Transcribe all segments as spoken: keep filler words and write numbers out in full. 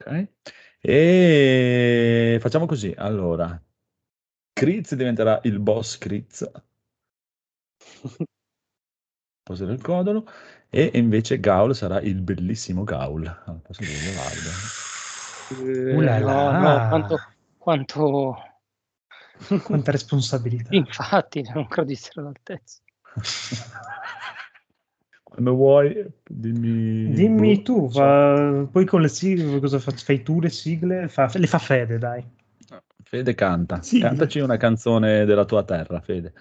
Ok. E facciamo così. Allora, Kritz diventerà il boss Kritz. Posto del codolo. E invece Gaul sarà il bellissimo Gaul. Ah, posso dirlo live. Uh là no, là. no, quanto quanto Quanta responsabilità. infatti, non credo di essere all'altezza. Quando vuoi, dimmi. Dimmi boh, tu, non so. fa- poi con le sigle, cosa fa- fai tu le sigle? Fa- le fa Fede, dai. Fede canta. Sigle. Cantaci una canzone della tua terra, Fede.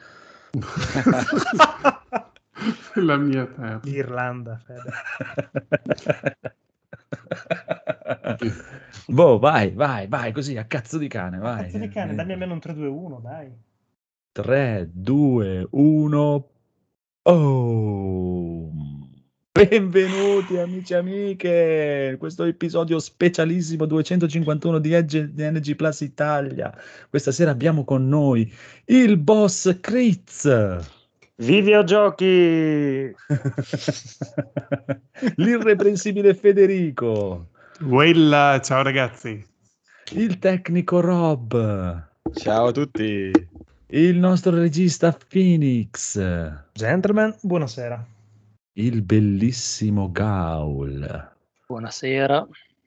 La mia terra. L'Irlanda, Fede. Boh, vai, vai, vai, così, a cazzo di cane, vai. Cazzo di cane, dammi almeno un tre due uno, dai. tre, due, uno. Oh! Benvenuti amici e amiche, in questo episodio specialissimo duecentocinquantuno di Edge di Energy Plus Italia. Questa sera abbiamo con noi il boss Kritz, Videogiochi! l'irreprensibile Federico, Quella, ciao ragazzi. il tecnico Rob, Ciao a tutti. il nostro regista Phoenix, Gentlemen, buonasera. il bellissimo Gaul. Buonasera.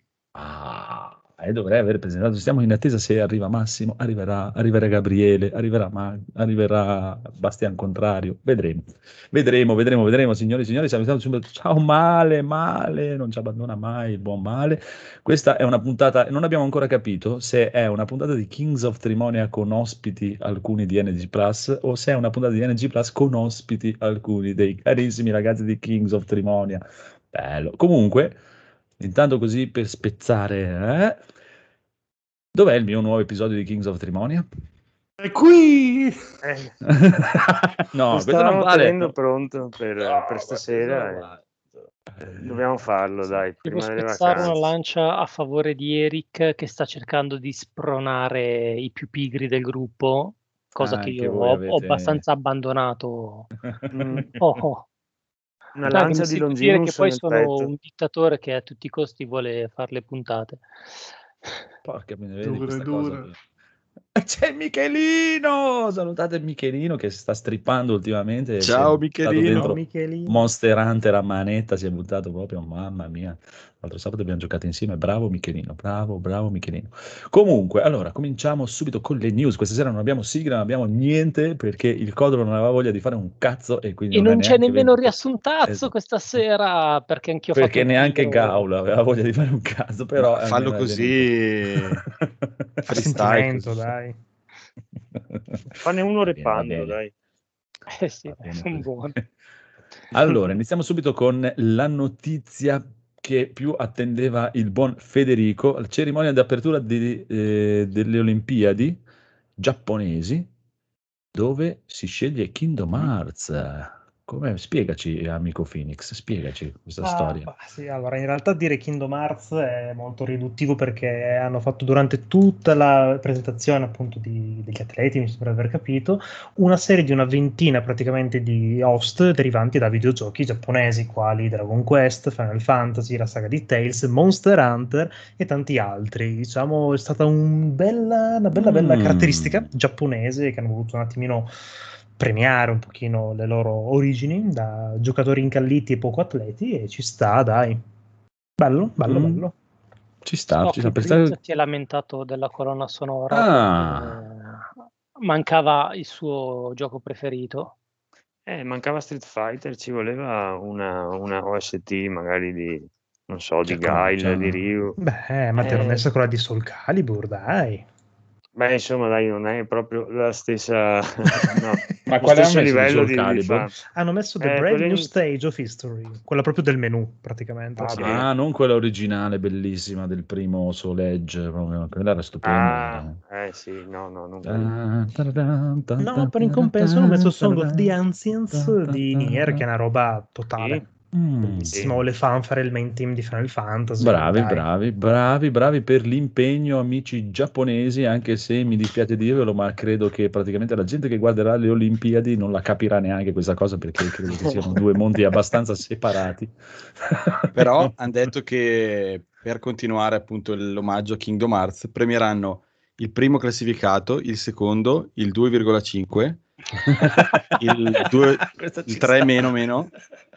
Ah, e dovrei aver presentato. Stiamo in attesa se arriva Massimo, arriverà, arriverà Gabriele, arriverà Mag, arriverà Bastian Contrario. Vedremo, vedremo, vedremo, vedremo, signori e signori. Salutiamo subito. Ciao Male, Male, non ci abbandona mai il buon Male. Questa è una puntata, non abbiamo ancora capito se è una puntata di Kings of Trimonia con ospiti alcuni di N G Plus o se è una puntata di N G Plus con ospiti alcuni dei carissimi ragazzi di Kings of Trimonia. Bello. Comunque. Intanto così per spezzare, eh? Dov'è il mio nuovo episodio di Kings of Trimonia? È qui! Eh, No, lo questo non stavamo vale. tenendo no. pronto per, No, per questo stasera. non e vale. Dobbiamo farlo, dai, Devo prima delle spezzare una vacanze. lancia a favore di Eric che sta cercando di spronare i più pigri del gruppo, cosa Ah, che anche io voi ho, avete- ho abbastanza abbandonato. Mm, Oh, oh. Una Dai, che lancia mi di sento dire che Longinus poi nel sono petto. un dittatore che a tutti i costi vuole fare le puntate. Porca me ne vedi Dura, questa dura. cosa. C'è Michelino! Salutate Michelino che si sta strippando ultimamente. Ciao, si è buttato Michelino. dentro Ciao, Michelino. Monster Hunter a manetta, si è buttato proprio, mamma mia. L'altro sabato abbiamo giocato insieme, bravo Michelino, bravo, bravo Michelino. Comunque, allora, cominciamo subito con le news. Questa sera non abbiamo sigla, non abbiamo niente perché il Codolo non aveva voglia di fare un cazzo e quindi E non, non è c'è neanche nemmeno venuto. riassuntazzo Esatto. questa sera perché anch'io ho Perché fatto un neanche tiro. Gaul aveva voglia di fare un cazzo, però Ma fallo almeno è così. venuto. Fa Freestyle sentimento, così. dai. Fanne uno Va bene, va repando, bene. dai. Eh sì, Va bene sono così. buoni. Allora, iniziamo subito con la notizia che più attendeva il buon Federico, la cerimonia di apertura di, eh, delle Olimpiadi giapponesi, dove si sceglie Kingdom Hearts. Come, spiegaci, amico Phoenix, spiegaci questa Ah, storia. bah, sì, allora in realtà dire Kingdom Hearts è molto riduttivo perché hanno fatto durante tutta la presentazione appunto di- degli atleti, mi sembra di aver capito, una serie di una ventina praticamente di host derivanti da videogiochi giapponesi quali Dragon Quest, Final Fantasy, la saga di Tales, Monster Hunter e tanti altri. Diciamo è stata un bella, una bella bella Mm. caratteristica giapponese che hanno voluto un attimino premiare un pochino le loro origini da giocatori incalliti e poco atleti e ci sta, dai. Bello, bello, Mm. bello. Ci sta, So ci che sta. Per Blizz stare- si è lamentato della colonna sonora Ah. perché mancava il suo gioco preferito. Eh, mancava Street Fighter, ci voleva una, una O S T magari di, non so, di Cioè, come, Guile, cioè- di Ryu. Beh, ma ti hanno Eh. messo quella di Soul Calibur, dai. Beh, insomma, dai, non è proprio la stessa... no, Ma lo quale hanno stesso messo di livello Soul di, di Calibur? fan. Hanno messo The Eh, Brave quelle New in- Stage of History, quella proprio del menu, praticamente. Ah, sì. beh. Ah, non quella originale, bellissima, del primo Soul Edge, proprio, quella era stupenda. Ah, eh sì, no, no, non Ah, quello. No, per in compenso hanno messo Song of the Ancients di Nier, che è una roba totale. Sì. Mm. Bellissimo, le fanfare, il main team di Final Fantasy. Bravi, dai. bravi, bravi, bravi per l'impegno, amici giapponesi, anche se mi dispiace dirvelo, ma credo che praticamente la gente che guarderà le Olimpiadi non la capirà neanche questa cosa, perché credo che siano due mondi abbastanza separati. Però hanno detto che per continuare appunto l'omaggio a Kingdom Hearts, premieranno il primo classificato, il secondo, il due virgola cinque, il, due, il tre sta. meno meno,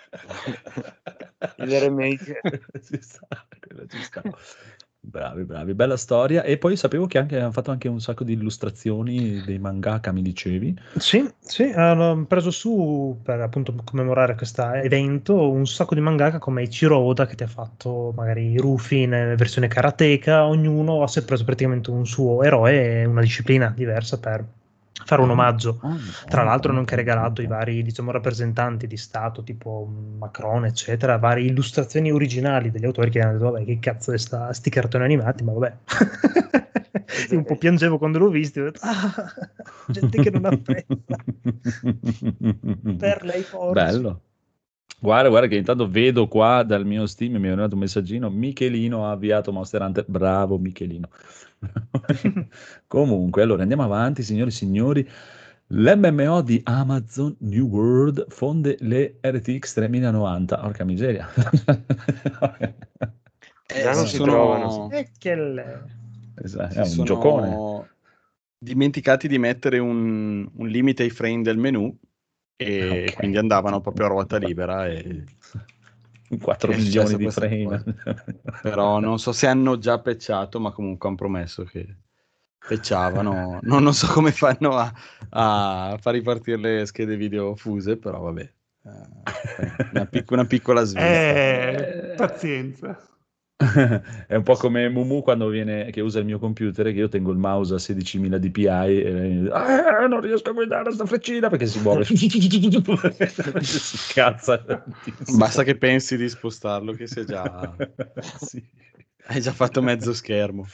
il remake. Ci sta, quello ci sta. Bravi, bravi, bella storia. E poi sapevo che anche, hanno fatto anche un sacco di illustrazioni dei mangaka, mi dicevi. Sì, sì, hanno preso su per appunto commemorare questo evento un sacco di mangaka come Ichiro Oda che ti ha fatto magari Rufy in versione karateka, ognuno ha preso praticamente un suo eroe e una disciplina diversa per fare un omaggio. Oh, Tra oh, l'altro oh, hanno anche oh, regalato oh, i oh. vari, diciamo, rappresentanti di Stato, tipo Macron, eccetera, varie illustrazioni originali degli autori che hanno detto, vabbè, che cazzo è sta, sti cartoni animati, ma vabbè. Io un po' piangevo quando l'ho visto, ho detto, ah, gente che non apprezza. Per lei porci. Bello. Guarda, guarda che intanto vedo qua dal mio Steam, mi è arrivato un messaggino, Michelino ha avviato Monster Hunter, bravo Michelino. Comunque, allora andiamo avanti, signori e signori. L'M M O di Amazon New World fonde le R T X tremila novanta, porca miseria. Eh, Già non si si sono- trovano. E che le... Esatto, si è un sono giocone. dimenticati di mettere un, un limite ai frame del menu e Ok. quindi andavano proprio a ruota libera e quattro è milioni successa di questa frame. però non so se hanno già patchato, ma comunque hanno promesso che patchavano. Non, non so come fanno a, a far ripartire le schede video fuse, però vabbè. Eh, una, pic- una piccola svista. Eh, pazienza. È un po' come Mumu quando viene che usa il mio computer che io tengo il mouse a sedicimila dpi e ah, non riesco a guidare sta freccina perché si muove si cazza. Basta che pensi di spostarlo che sei già Sì. hai già fatto mezzo schermo.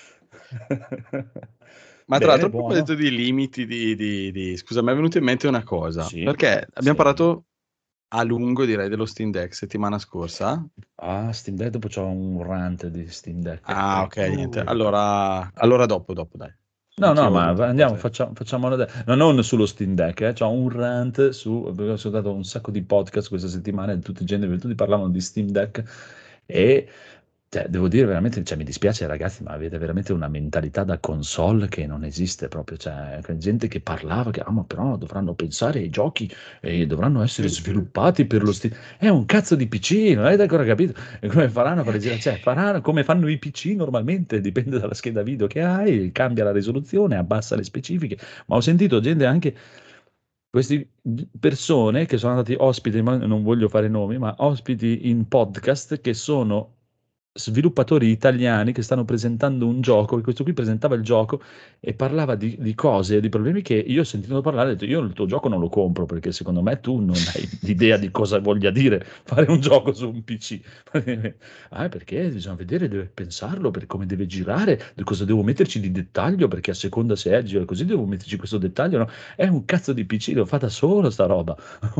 Ma Bene, tra l'altro, a buono. proposito di limiti, di, di, di- scusa, mi è venuta in mente una cosa, Sì, perché abbiamo sì. parlato a lungo, direi, dello Steam Deck settimana scorsa. Ah, Steam Deck, dopo c'ho un rant di Steam Deck. Ah, ok, Uh. niente. Allora, allora dopo, dopo, dai. No, no, Anch'io ho ma due o tre andiamo, cose. facciamo, facciamolo adesso. No, non sullo Steam Deck, eh. C'ho un rant su, perché ho ascoltato un sacco di podcast questa settimana e tutti, gente, tutti parlavano di Steam Deck e cioè, devo dire veramente, cioè, mi dispiace ragazzi, ma avete veramente una mentalità da console che non esiste proprio, cioè, gente che parlava che ah, ma però dovranno pensare ai giochi e dovranno essere sviluppati per lo Steam. È un cazzo di P C, non avete ancora capito? E come faranno a fare girare? Cioè, faranno come fanno i P C normalmente, dipende dalla scheda video che hai, cambia la risoluzione, abbassa le specifiche, ma ho sentito gente anche queste persone che sono andati ospiti, ma non voglio fare nomi, ma ospiti in podcast che sono sviluppatori italiani che stanno presentando un gioco, e questo qui presentava il gioco e parlava di, di cose, di problemi che io sentendo parlare ho detto io il tuo gioco non lo compro perché secondo me tu non hai l'idea di cosa voglia dire fare un gioco su un P C. Ah, perché bisogna vedere, deve pensarlo per come deve girare, di cosa devo metterci di dettaglio perché a seconda se è gira così devo metterci questo dettaglio, no? È un cazzo di P C, l'ho fatta solo sta roba.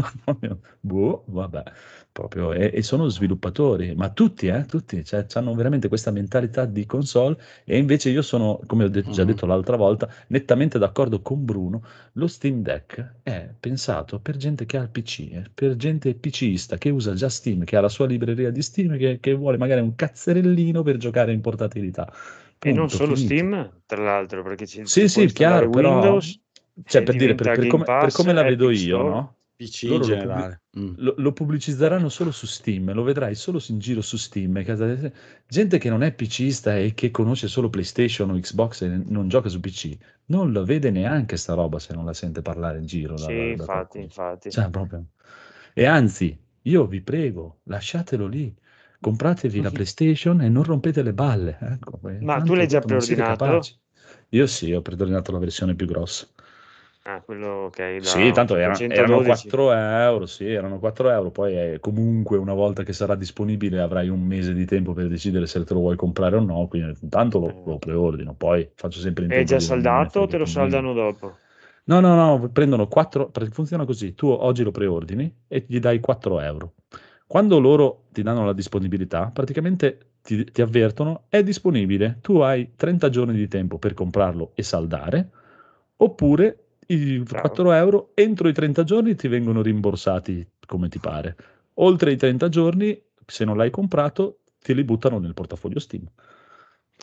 Boh, vabbè, proprio, e, e sono sviluppatori, ma tutti, eh, tutti, cioè, hanno veramente questa mentalità di console e invece io sono, come ho detto, già Mhm. detto l'altra volta, nettamente d'accordo con Bruno, lo Steam Deck è pensato per gente che ha il P C, eh, per gente PCista che usa già Steam, che ha la sua libreria di Steam, che, che vuole magari un cazzerellino per giocare in portabilità. E non Punto, solo finito. Steam, tra l'altro, perché ci, Sì, ci sì, puoi installare chiaro, però, Windows cioè, e per dire, per, diventa per Game come, per Pass, come la vedo Epic io, Store. no? P C in Loro lo, pubblic- generale. Mm. lo- lo pubblicizzeranno solo su Steam, lo vedrai solo in giro su Steam. e casa- Gente che non è PCista e che conosce solo PlayStation o Xbox e non gioca su P C, non lo vede neanche sta roba se non la sente parlare in giro da, Sì, da- da infatti, qualcuno. infatti. Cioè, proprio. E anzi, io vi prego, lasciatelo lì. Compratevi la PlayStation e non rompete le balle. Ecco, Ma tu tanto l'hai già dopo non siete preordinato? capaci. Io sì, ho preordinato la versione più grossa. Ah, quello ok, Sì, da tanto era- erano cinquecentododici. quattro euro, sì, erano quattro euro, poi eh, comunque una volta che sarà disponibile avrai un mese di tempo per decidere se te lo vuoi comprare o no, quindi intanto lo, lo preordino, poi faccio sempre in È tempo già a dire non me ne saldato o frega te lo più niente. saldano dopo? No, no, no, prendono quattro, funziona così, tu oggi lo preordini e gli dai quattro euro. Quando loro ti danno la disponibilità, praticamente ti, ti avvertono, è disponibile, tu hai trenta giorni di tempo per comprarlo e saldare, oppure i Bravo. quattro euro entro i trenta giorni ti vengono rimborsati come ti pare. Oltre i trenta giorni, se non l'hai comprato, te li buttano nel portafoglio Steam.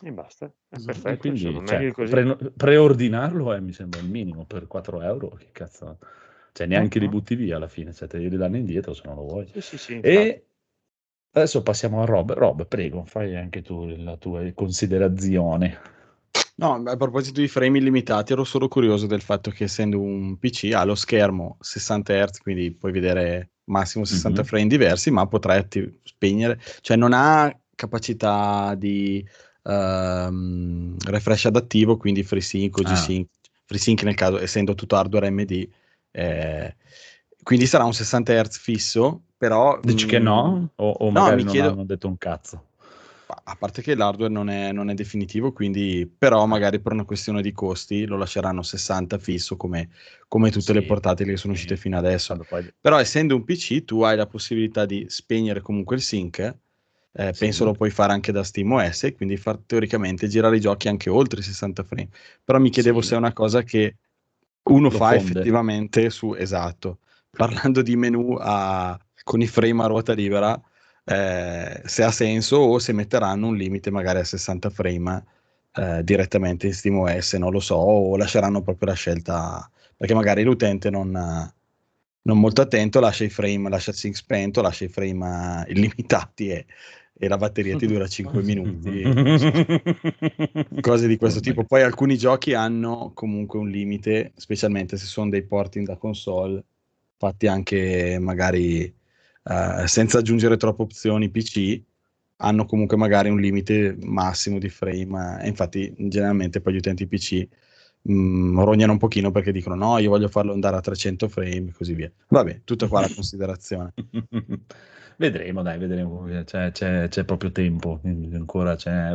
E basta, è Esatto. E perfetto, quindi, insomma, meglio cioè, di così. pre- preordinarlo eh, mi sembra il minimo per quattro euro. Che cazzo, cioè neanche li Uh-huh. butti via alla fine, cioè te li ridanno indietro se non lo vuoi. Sì, sì, sì, infatti. E adesso passiamo a Rob. Rob, prego, fai anche tu la tua considerazione. No, a proposito di frame illimitati, ero solo curioso del fatto che essendo un P C ha lo schermo sessanta hertz, quindi puoi vedere massimo sessanta Mhm. frame diversi, ma potrai atti- spegnere, cioè non ha capacità di ehm, refresh adattivo, quindi FreeSync o Ah, G-Sync, FreeSync nel caso essendo tutto hardware A M D, eh, quindi sarà un sessanta hertz fisso, però dici che mh, no? O, o no, magari mi non chiedo. hanno detto un cazzo. A parte che l'hardware non è, non è definitivo, quindi però Ah, magari per una questione di costi lo lasceranno sessanta fisso come, come tutte le sì, portatili che sono sì. uscite fino adesso. Quando poi... Però essendo un P C tu hai la possibilità di spegnere comunque il sync, eh, penso Sì, lo puoi fare anche da SteamOS e quindi far teoricamente girare i giochi anche oltre i sessanta frame. Però mi chiedevo sì, se è una cosa che uno lo fa fonde. effettivamente su, esatto, parlando di menu a- con i frame a ruota libera, eh, se ha senso o se metteranno un limite magari a sessanta frame eh, direttamente in SteamOS, non lo so, o lasceranno proprio la scelta, perché magari l'utente non, non molto attento lascia i frame, lascia il sync spento, lascia i frame eh, illimitati e, e la batteria ti dura cinque minuti, non so. Cose di questo tipo. Poi alcuni giochi hanno comunque un limite, specialmente se sono dei porting da console, fatti anche magari eh, senza aggiungere troppe opzioni P C, hanno comunque magari un limite massimo di frame. E infatti, generalmente poi gli utenti P C mh, rognano un pochino perché dicono no, io voglio farlo andare a trecento frame e così via. Vabbè, tutta qua la considerazione. Vedremo, dai, vedremo. C'è, c'è- c'è proprio tempo, quindi ancora c'è.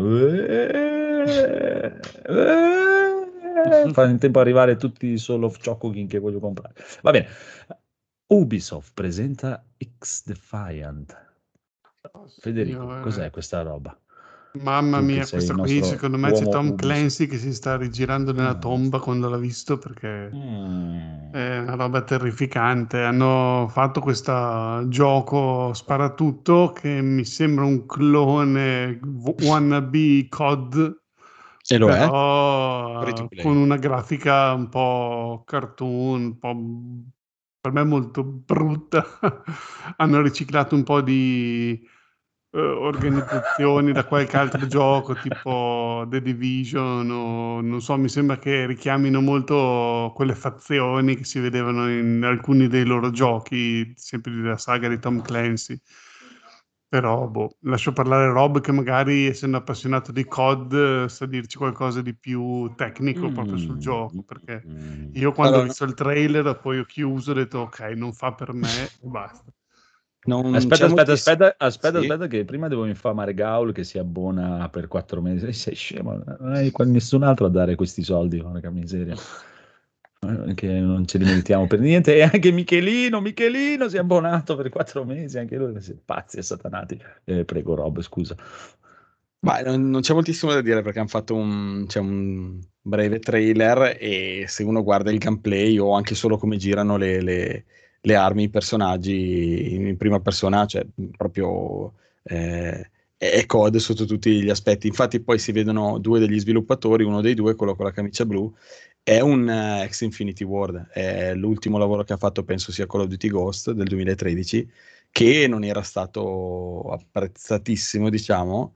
Fa in tempo a arrivare tutti i Soul of Chocokin che voglio comprare. Va bene. Ubisoft presenta X-Defiant. Federico, cos'è Signore. questa roba? Mamma Tu che mia, sei il questa qui nostro secondo me c'è uomo Tom Ubisoft. Clancy che si sta rigirando nella Ah, tomba quando l'ha visto perché mm. è una roba terrificante. Hanno fatto questo gioco sparatutto che mi sembra un clone w- wannabe C O D, E lo è? Free to però con play. una grafica un po' cartoon, un po' per me molto brutta. Hanno riciclato un po' di eh, organizzazioni da qualche altro gioco tipo The Division o non so, mi sembra che richiamino molto quelle fazioni che si vedevano in alcuni dei loro giochi, sempre della saga di Tom Clancy. Però, boh, lascio parlare Rob che magari, essendo appassionato di C O D, eh, sa dirci qualcosa di più tecnico proprio sul Mm. gioco, perché Mm. io quando ho Allora, visto il trailer poi ho chiuso, ho detto ok, non fa per me e basta. non Aspetta, c'è aspetta, moltissimo. aspetta, aspetta, Sì. aspetta, che prima devo infamare Gaul che si abbona per quattro mesi. Sei scemo, non hai qua nessun altro a dare questi soldi, porca miseria. Eh, Che non ce li meritiamo per niente. E anche Michelino, Michelino si è abbonato per quattro mesi, anche lui, siete pazzi e satanati. Eh, prego, Rob, scusa. Ma non, non c'è moltissimo da dire perché hanno fatto un, c'è un breve trailer e se uno guarda il gameplay o anche solo come girano le, le- le armi, i personaggi in prima persona, cioè proprio eh, è è C O D sotto tutti gli aspetti. Infatti poi si vedono due degli sviluppatori, uno dei due, quello con la camicia blu, è un eh, ex Infinity Ward, è l'ultimo lavoro che ha fatto, penso sia Call of Duty Ghost del duemilatredici, che non era stato apprezzatissimo, diciamo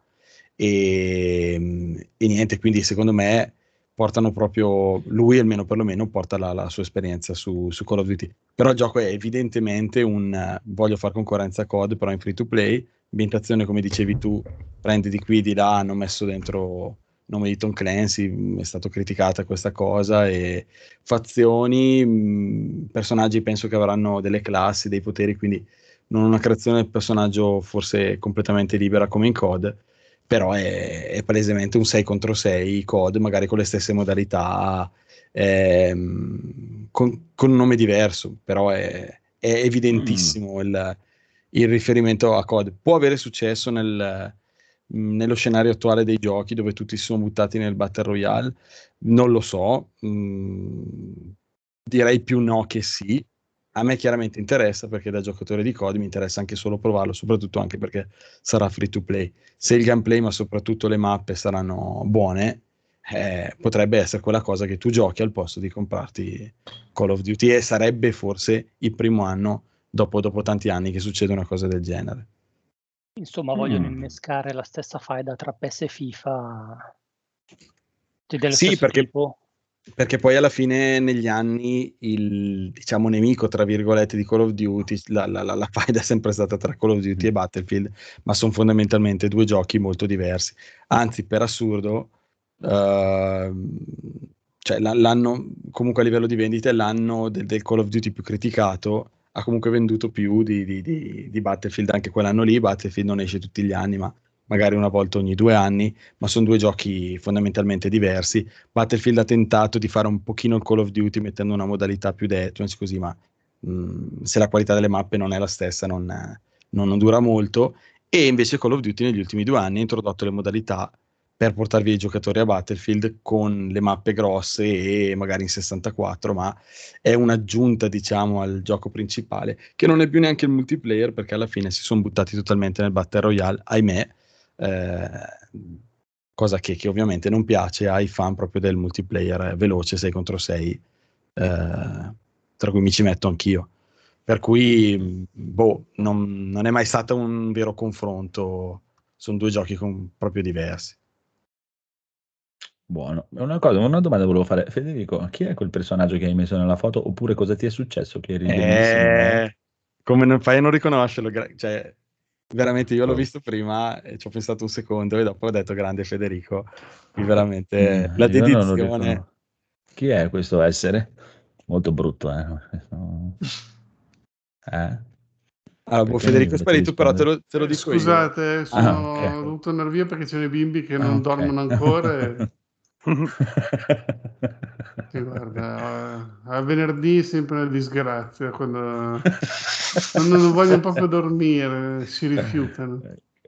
e, e niente, quindi secondo me portano proprio, lui almeno perlomeno porta la, la sua esperienza su, su Call of Duty. Però il gioco è evidentemente un, eh, voglio fare concorrenza a C O D, però in free to play, ambientazione come dicevi tu, prendi di qui, di là, hanno messo dentro il nome di Tom Clancy, mh, è stato criticata questa cosa, e fazioni, mh, personaggi penso che avranno delle classi, dei poteri, quindi non una creazione del personaggio forse completamente libera come in C O D, però è, è palesemente un sei contro sei C O D, magari con le stesse modalità, ehm, con, con un nome diverso, però è, è Mm. evidentissimo il, il riferimento a C O D. Può avere successo nel, mh, nello scenario attuale dei giochi dove tutti si sono buttati nel Battle Royale? Non lo so, mh, direi più no che sì, A me chiaramente interessa, perché da giocatore di C O D mi interessa anche solo provarlo, soprattutto anche perché sarà free to play. Se il gameplay, ma soprattutto le mappe saranno buone, eh, potrebbe essere quella cosa che tu giochi al posto di comprarti Call of Duty, e sarebbe forse il primo anno dopo, dopo tanti anni che succede una cosa del genere. Insomma, vogliono Mm. innescare la stessa faida tra P E S e FIFA, cioè dello Sì, stesso perché, tipo. perché poi alla fine negli anni il, diciamo, nemico tra virgolette di Call of Duty, la, la, la, la faida è sempre stata tra Call of Duty e Battlefield, ma sono fondamentalmente due giochi molto diversi. Anzi, per assurdo, ehm, cioè la- l'anno, comunque a livello di vendite, è l'anno del, del Call of Duty più criticato, ha comunque venduto più di, di- di- di Battlefield anche quell'anno lì. Battlefield non esce tutti gli anni, ma magari una volta ogni due anni, ma sono due giochi fondamentalmente diversi. Battlefield ha tentato di fare un pochino il Call of Duty mettendo una modalità più deathmatch così, ma mh, se la qualità delle mappe non è la stessa, non, non, non dura molto. E invece Call of Duty negli ultimi due anni ha introdotto le modalità per portare via i giocatori a Battlefield con le mappe grosse e magari in sessantaquattro, ma è un'aggiunta, diciamo, al gioco principale, che non è più neanche il multiplayer, perché alla fine si sono buttati totalmente nel Battle Royale, ahimè, eh, cosa che, che ovviamente non piace ai fan proprio del multiplayer veloce sei contro sei, eh, tra cui mi ci metto anch'io. Per cui, boh, non, non è mai stato un vero confronto, sono due giochi con- proprio diversi. Buono. Una cosa, una domanda volevo fare. Federico, chi è quel personaggio che hai messo nella foto? Oppure cosa ti è successo? Che eri bellissimo, no? Eh, come non fai a non riconoscerlo? Gra- cioè, veramente io l'ho Oh. visto prima e ci ho pensato un secondo e dopo ho detto grande Federico, qui veramente Mm, la io non lo dedizione. riconosco. Chi è questo essere? Molto brutto, eh? No. Eh? Allora, boh, Perché non gli Federico è volete sparito, però te rispondere? lo, te lo Eh, dico io. scusate, Ah, sono ok. dovuto andare via perché ci sono i bimbi che Ah, non ok. dormono ancora. E... Sì, guarda, a a venerdì è sempre una disgrazia, quando, quando non vogliono proprio dormire, si rifiutano.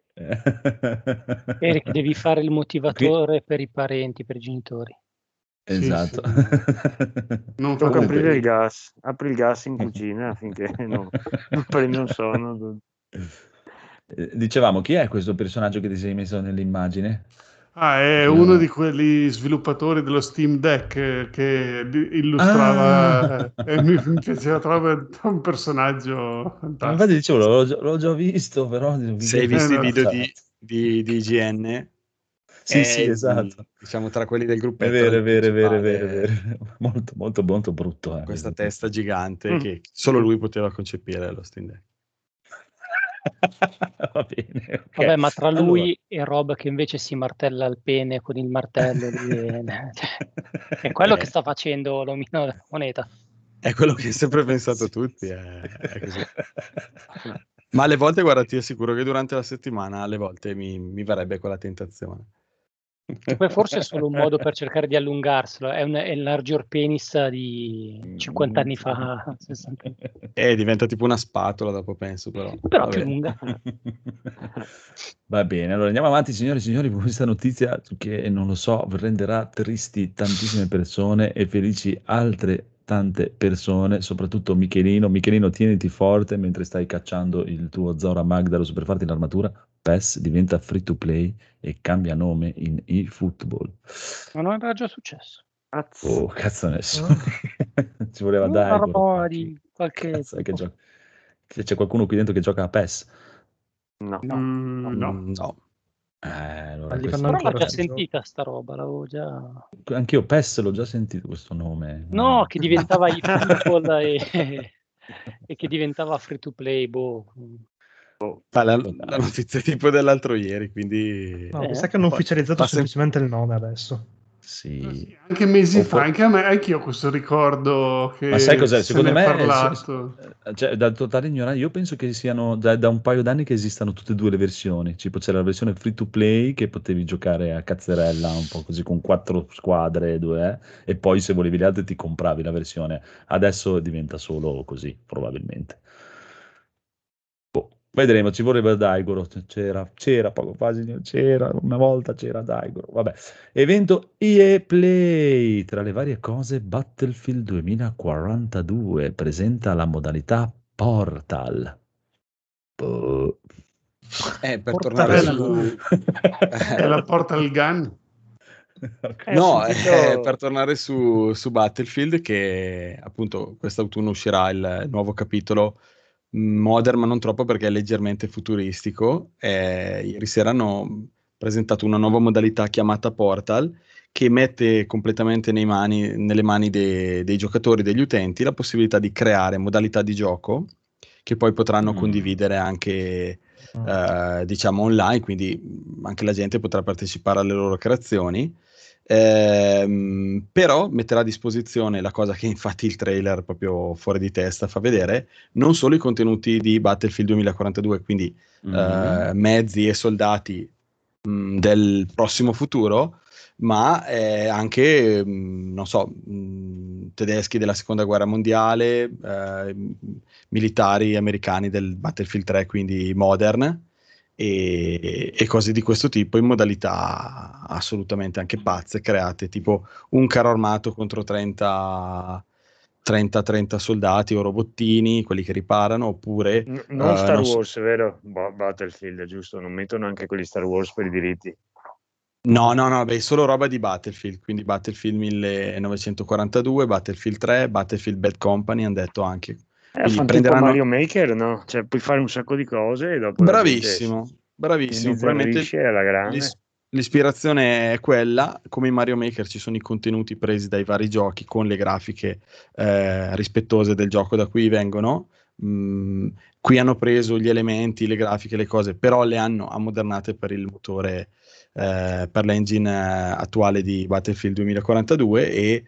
Eric, devi fare il Qui- motivatore per i parenti, per i genitori. Sì, sì, Esatto. no. Non Tocca fate aprire il niente. gas, apri il gas in cucina affinché non, non prenda un sonno. Eh, Dicevamo, chi è questo personaggio che ti sei messo nell'immagine? Ah, è Perché io uno non- di quelli sviluppatori dello Steam Deck eh, che di- illustrava Ah! eh, e mi, mi piaceva troppo, è un personaggio Eh, Infatti fantastico. dicevo, l'ho, già l'ho già visto, però Se hai finché Eh, visto i no. video cioè, di, di, di I G N, sì, è sì, il- esatto. diciamo tra quelli del È gruppetto era vero, il è vero, è vero, è vero, è principale, vero. Molto, molto, molto brutto. Eh, questa questo testa tipo. gigante Mm. che solo lui poteva concepire lo Steam Deck. Va bene, ok. Vabbè, ma tra Allora. lui e Rob che invece si martella il pene con il martello, lì, eh, cioè, è quello che Eh, sta facendo l'omino della moneta. è quello che hai sempre pensato Sì. tutti, è, è così. Ma alle volte, guarda, ti assicuro che durante la settimana alle volte mi, mi verrebbe quella tentazione. Che poi forse è solo un modo per cercare di allungarselo, è, un, è il larger penis di cinquanta anni fa, sessanta anni. E diventa tipo una spatola dopo, penso, però. Però più Vabbè. lunga. Va bene, allora andiamo avanti, signori e signori, con questa notizia che non lo so, renderà tristi tantissime persone e felici altre tante persone, soprattutto Michelino. Michelino, tieniti forte mentre stai cacciando il tuo Zora Magdaros per farti l'armatura. P E S diventa free to play e cambia nome in eFootball. Ma non era già successo. Cazzo. Oh, cazzo nessuno. Ci voleva Una dare roba di qualche cazzo è che tipo. gioca? C'è qualcuno qui dentro che gioca a P E S? No. No. Mm, no. Mm, no. Eh, allora Ma li questo- fanno Però l'ho ancora già sti giochi? sentita sta roba, l'avevo già... Anch'io P E S l'ho già sentito questo nome. No, che diventava eFootball e, e che diventava free to play, boh. Ma la, Può la darsi. notizia è tipo dell'altro ieri, quindi... No, Eh? mi sa che hanno Fa- ufficializzato fa sem- semplicemente il nome adesso. Sì. Ah, sì, anche mesi O fa, for- anche a me, anche io ho questo ricordo Ma sai che cos'è? se Secondo ne è me, è- parlato. eh, cioè, da totale ignoranza, io penso che siano da, da un paio d'anni che esistano tutte e due le versioni. Tipo c'era la versione free to play che potevi giocare a cazzerella, un po' così con quattro squadre, due, eh, e poi se volevi le altre ti compravi la versione. Adesso diventa solo così, probabilmente. Boh. Vedremo, ci vorrebbe Daigoro, c'era, c'era poco fa, signor, c'era, una volta c'era Daigoro, vabbè. Evento E A Play, tra le varie cose Battlefield duemilaquarantadue presenta la modalità Portal. Boh. Eh, per Portale tornare la- su... È la Portal Gun. Eh, No, ho sentito- eh, per tornare su, su Battlefield, che appunto quest'autunno uscirà il, il nuovo capitolo mh, modern, ma non troppo perché è leggermente futuristico. Eh, ieri sera hanno presentato una nuova modalità chiamata Portal, che mette completamente nei mani- nelle mani de- dei giocatori, degli utenti, la possibilità di creare modalità di gioco che poi potranno Mm. condividere anche Mm. eh, diciamo online, quindi mh, anche la gente potrà partecipare alle loro creazioni. Ehm, però metterà a disposizione la cosa che infatti il trailer proprio fuori di testa fa vedere, non solo i contenuti di Battlefield duemilaquarantadue, quindi Mm. eh, mezzi e soldati mh, del prossimo futuro, ma eh, anche mh, non so, mh, tedeschi della seconda guerra mondiale, eh, militari americani del Battlefield tre, quindi modern, e, e cose di questo tipo in modalità assolutamente anche pazze, create tipo un carro armato contro trenta trenta soldati o robottini, quelli che riparano, oppure N- non eh, Star non so- Wars, vero? Ba- Battlefield, giusto? Non mettono anche quelli Star Wars per i diritti. no, no, no, beh, solo roba di Battlefield, quindi Battlefield millenovecentoquarantadue, Battlefield tre, Battlefield Bad Company hanno detto anche. Eh, Quindi fanno tipo prenderanno... Mario Maker, no? Cioè, puoi fare un sacco di cose e dopo la gente si Bravissimo, bravissimo. Probabilmente sbizzarrisce alla grande. l'is- l'ispirazione è quella, come in Mario Maker ci sono i contenuti presi dai vari giochi con le grafiche eh, rispettose del gioco da cui vengono. Mm, qui hanno preso gli elementi, le grafiche, le cose, però le hanno ammodernate per il motore, eh, per l'engine eh, attuale di Battlefield duemilaquarantadue e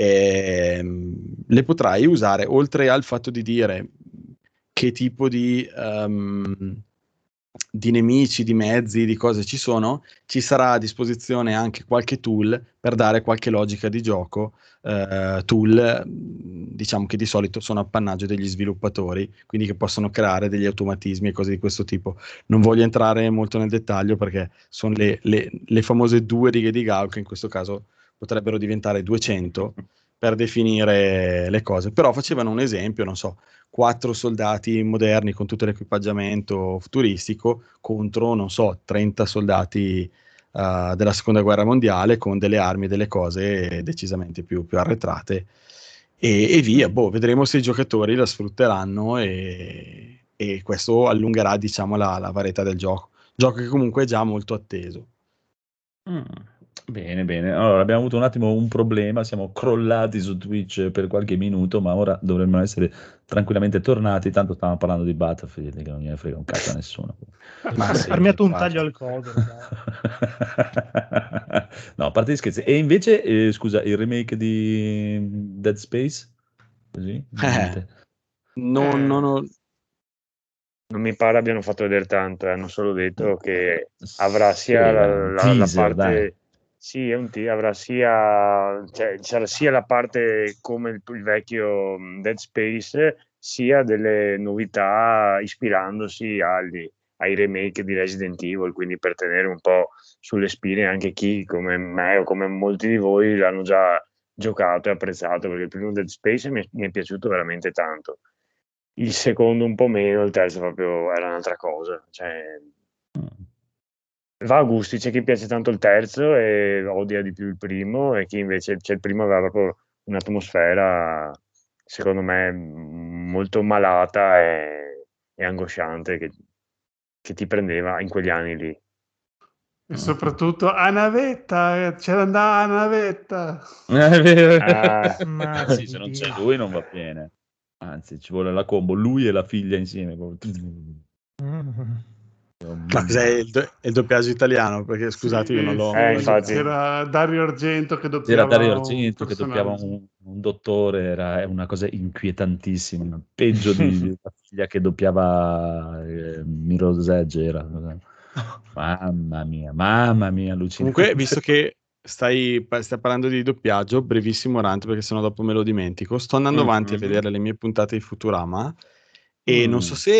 ehm, le potrai usare oltre al fatto di dire che tipo di, um, di nemici, di mezzi, di cose ci sono, ci sarà a disposizione anche qualche tool per dare qualche logica di gioco, eh, tool diciamo che di solito sono appannaggio degli sviluppatori, quindi che possono creare degli automatismi e cose di questo tipo. Non voglio entrare molto nel dettaglio perché sono le, le, le famose due righe di Gauss che in questo caso potrebbero diventare duecento per definire le cose, però facevano un esempio, non so, quattro soldati moderni con tutto l'equipaggiamento futuristico contro, non so, trenta soldati uh, della seconda guerra mondiale con delle armi e delle cose decisamente più, più arretrate e, e via, boh, vedremo se i giocatori la sfrutteranno e, e questo allungherà, diciamo, la, la varietà del gioco, gioco che comunque è già molto atteso. Mm. Bene, bene. Allora, abbiamo avuto un attimo un problema, siamo crollati su Twitch per qualche minuto, ma ora dovremmo essere tranquillamente tornati, tanto stavamo parlando di Battlefield, che non gliene frega un cazzo a nessuno. Ma Ha sì, risparmiato un infatti. taglio al coso. dai. No, a parte gli scherzi. E invece, eh, scusa, il remake di Dead Space? Così? Niente. Non, non ho... Non mi pare abbiano fatto vedere tanto, eh, hanno solo detto che avrà Sì, sia la, dai, un la- la teaser, dai. parte, sì, è un T, avrà sia, cioè, sarà sia la parte come il, il vecchio mm, Dead Space, sia delle novità ispirandosi agli, ai remake di Resident Evil, quindi per tenere un po' sulle spine anche chi come me o come molti di voi l'hanno già giocato e apprezzato, perché il primo Dead Space mi è, mi è piaciuto veramente tanto. Il secondo un po' meno, il terzo proprio era un'altra cosa. Cioè, va a gusti, c'è chi piace tanto il terzo e odia di più il primo, e chi invece, cioè il primo aveva proprio un'atmosfera, secondo me, m- molto malata e, e angosciante che, che ti prendeva in quegli anni lì. E soprattutto a navetta, eh, c'era andare a navetta. È vero. Ah. Ma Sì, se non c'è lui non va bene. Anzi, ci vuole la combo, lui e la figlia insieme. Mm. Ma cos'è il, do- è il doppiaggio italiano? Perché scusate, io non Sì, l'ho... sì, Eh, non l'ho infatti. giocato. c'era Dario Argento che C'era doppiava Dario un Argento che doppiava personaggio. un, un dottore, era è una cosa inquietantissima, peggio di, di la figlia che doppiava eh, Mirror's Edge era. Mamma mia, mamma mia, allucinante. Comunque, visto che stai, pa- stai parlando di doppiaggio, brevissimo rant, perché sennò dopo me lo dimentico. Sto andando avanti a Mhm. vedere le mie puntate di Futurama e non so Mm. se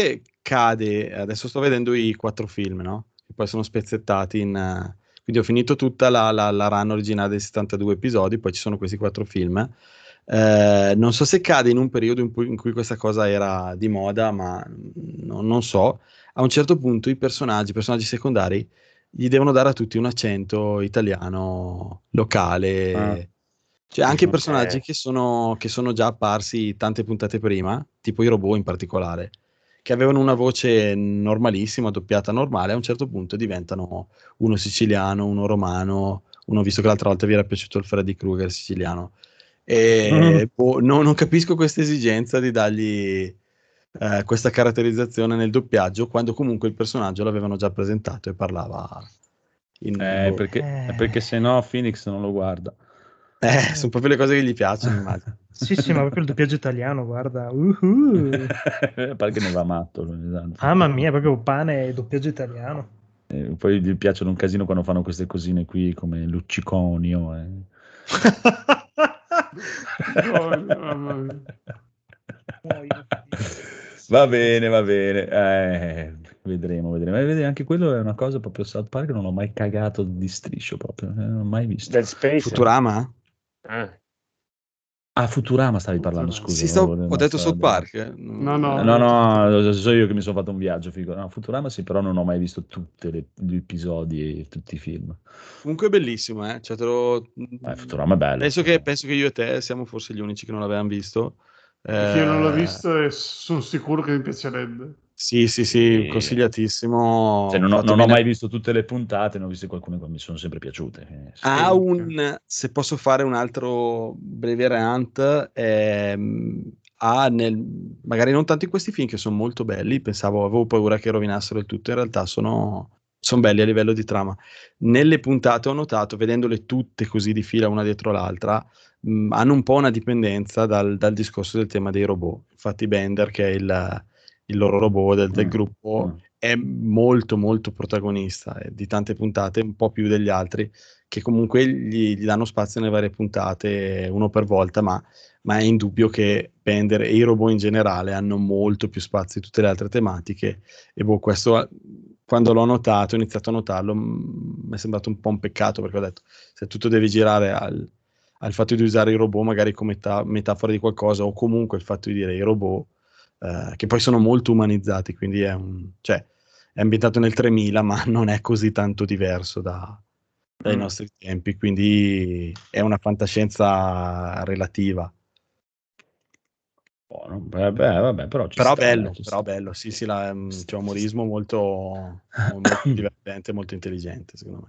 cade, adesso sto vedendo i quattro film, no? Che poi sono spezzettati in... eh, quindi ho finito tutta la, la, la run originale dei settantadue episodi, poi ci sono questi quattro film. Eh, non so se cade in un periodo in cui, in cui questa cosa era di moda, ma no- non so. A un certo punto i personaggi, i personaggi secondari, gli devono dare a tutti un accento italiano locale. Ah. Cioè, anche Mhm. personaggi Eh. che sono, che sono già apparsi tante puntate prima, tipo i robot in particolare, che avevano una voce normalissima, doppiata normale, a un certo punto diventano uno siciliano, uno romano, uno, visto che l'altra volta vi era piaciuto il Freddy Krueger siciliano. E boh, no- non capisco questa esigenza di dargli eh, questa caratterizzazione nel doppiaggio, quando comunque il personaggio l'avevano già presentato e parlava in... Eh, boh. perché, Eh. perché se no Phoenix non lo guarda. Eh, sono proprio le cose che gli piacciono, immagino. Sì, sì, ma proprio il doppiaggio italiano, guarda. Uhu. Perché ne va matto. lui, esatto. Mamma mia, proprio pane e doppiaggio italiano. Eh, poi gli piacciono un casino quando fanno queste cosine qui come Lucciconio. eh. Madonna, mamma mia. Muoio. Va bene, va bene. Eh, vedremo, vedremo. E vedi, anche quello è una cosa proprio South Park, non ho mai cagato di striscio proprio, eh, non ho mai visto. Dead Space. Futurama? Eh. Ah, Futurama stavi parlando, Futurama. scusa. Sì, non sto- volevo- ho non detto stavo- South Park. eh. No, no. Eh, No, no, so io che mi sono fatto un viaggio, figo. No, Futurama sì, però non ho mai visto tutti gli episodi e tutti i film. Comunque è bellissimo, eh? Cioè, te lo- Eh, Futurama è bello. penso, che, penso che io e te siamo forse gli unici che non l'avevano visto. Perché io non l'ho Eh, visto e sono sicuro che mi piacerebbe. Sì, sì, sì, Sì. consigliatissimo. Cioè, non ho, fatto non ho bene. mai visto tutte le puntate, ne ho viste qualcune che mi sono sempre piaciute. eh, sì. Ha Sì. un, se posso fare un altro breve rant, ehm, ha nel, magari non tanto in questi film che sono molto belli, pensavo, avevo paura che rovinassero il tutto, in realtà sono, sono belli a livello di trama. Nelle puntate ho notato, vedendole tutte così di fila una dietro l'altra, mh, hanno un po' una dipendenza dal, dal discorso del tema dei robot. Infatti Bender, che è il, il loro robot del, del Mm, gruppo, mm. è molto molto protagonista eh, di tante puntate, un po' più degli altri, che comunque gli, gli danno spazio nelle varie puntate, uno per volta, ma, ma è indubbio che Bender e i robot in generale hanno molto più spazio di tutte le altre tematiche. E boh, questo quando l'ho notato, ho iniziato a notarlo, mh, mi è sembrato un po' un peccato, perché ho detto, se tutto devi girare al, al fatto di usare i robot magari come ta- metafora di qualcosa, o comunque il fatto di dire i robot, eh, che poi sono molto umanizzati, quindi è un... Cioè, è ambientato nel tremila, ma non è così tanto diverso da, dai Mm. nostri tempi, quindi è una fantascienza relativa. Buono. Vabbè, vabbè, però ci Però sta, bello, dai, ci però sta. bello, sì, sì, la, mm, Ci c'è un sta, ci umorismo molto, molto divertente, molto intelligente, secondo me.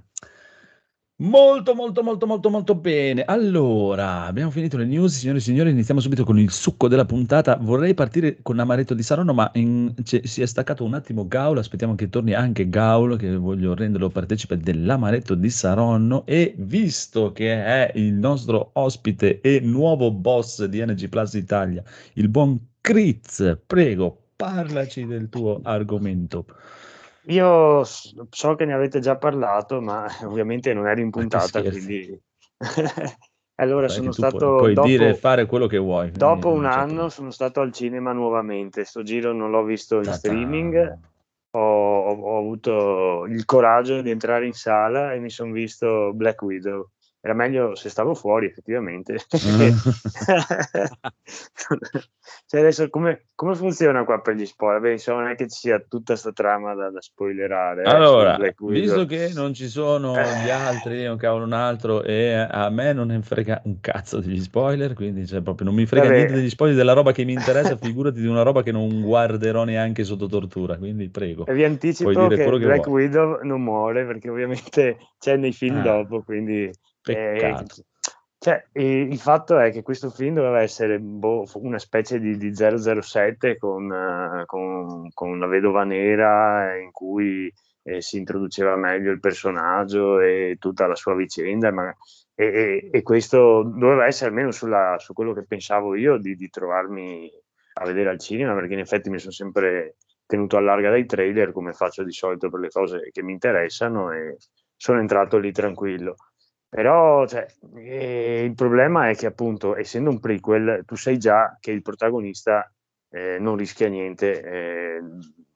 Molto, molto, molto, molto, molto bene. Allora, abbiamo finito le news, signore e signori, iniziamo subito con il succo della puntata. Vorrei partire con Amaretto di Saronno, ma in- c'è- si è staccato un attimo Gaul, aspettiamo che torni anche Gaul, che voglio renderlo partecipe dell'Amaretto di Saronno, e visto che è il nostro ospite e nuovo boss di Energy Plus Italia, il buon Critz, prego, parlaci del tuo argomento. Io s- so che ne avete già parlato, ma ovviamente non ero in Ma che puntata, scherzi. quindi allora Sai che sono tu puoi, stato puoi dire e dopo, fare quello che vuoi, quindi dopo un non c'è anno problema. sono stato al cinema nuovamente. Sto giro non l'ho visto in Ta-ta. streaming, ho, ho- ho avuto il coraggio di entrare in sala e mi sono visto Black Widow. Era meglio se stavo fuori, effettivamente. Cioè, adesso come, come funziona qua per gli spoiler? Beh, insomma, non è che ci sia tutta questa trama da, da spoilerare eh, su Allora, Black Widow. visto che non ci sono gli Eh, altri, un cavolo un altro, e a me non ne frega un cazzo degli spoiler, quindi cioè, proprio non mi frega vabbè. niente degli spoiler della roba che mi interessa, figurati di una roba che non guarderò neanche sotto tortura, quindi prego, E vi puoi anticipo dire che quello che Black vuoi. Widow non muore perché ovviamente c'è nei film Ah, dopo, quindi eh, peccato. cioè, eh, il fatto è che questo film doveva essere boh, una specie di, di zero zero sette con, eh, con, con una vedova nera in cui eh, si introduceva meglio il personaggio e tutta la sua vicenda, ma, e, e- e questo doveva essere almeno sulla- su quello che pensavo io di, di trovarmi a vedere al cinema, perché in effetti mi sono sempre tenuto a larga dai trailer, come faccio di solito per le cose che mi interessano, e sono entrato lì tranquillo. Però cioè, eh, il problema è che appunto, essendo un prequel, tu sai già che il protagonista eh, non rischia niente, eh,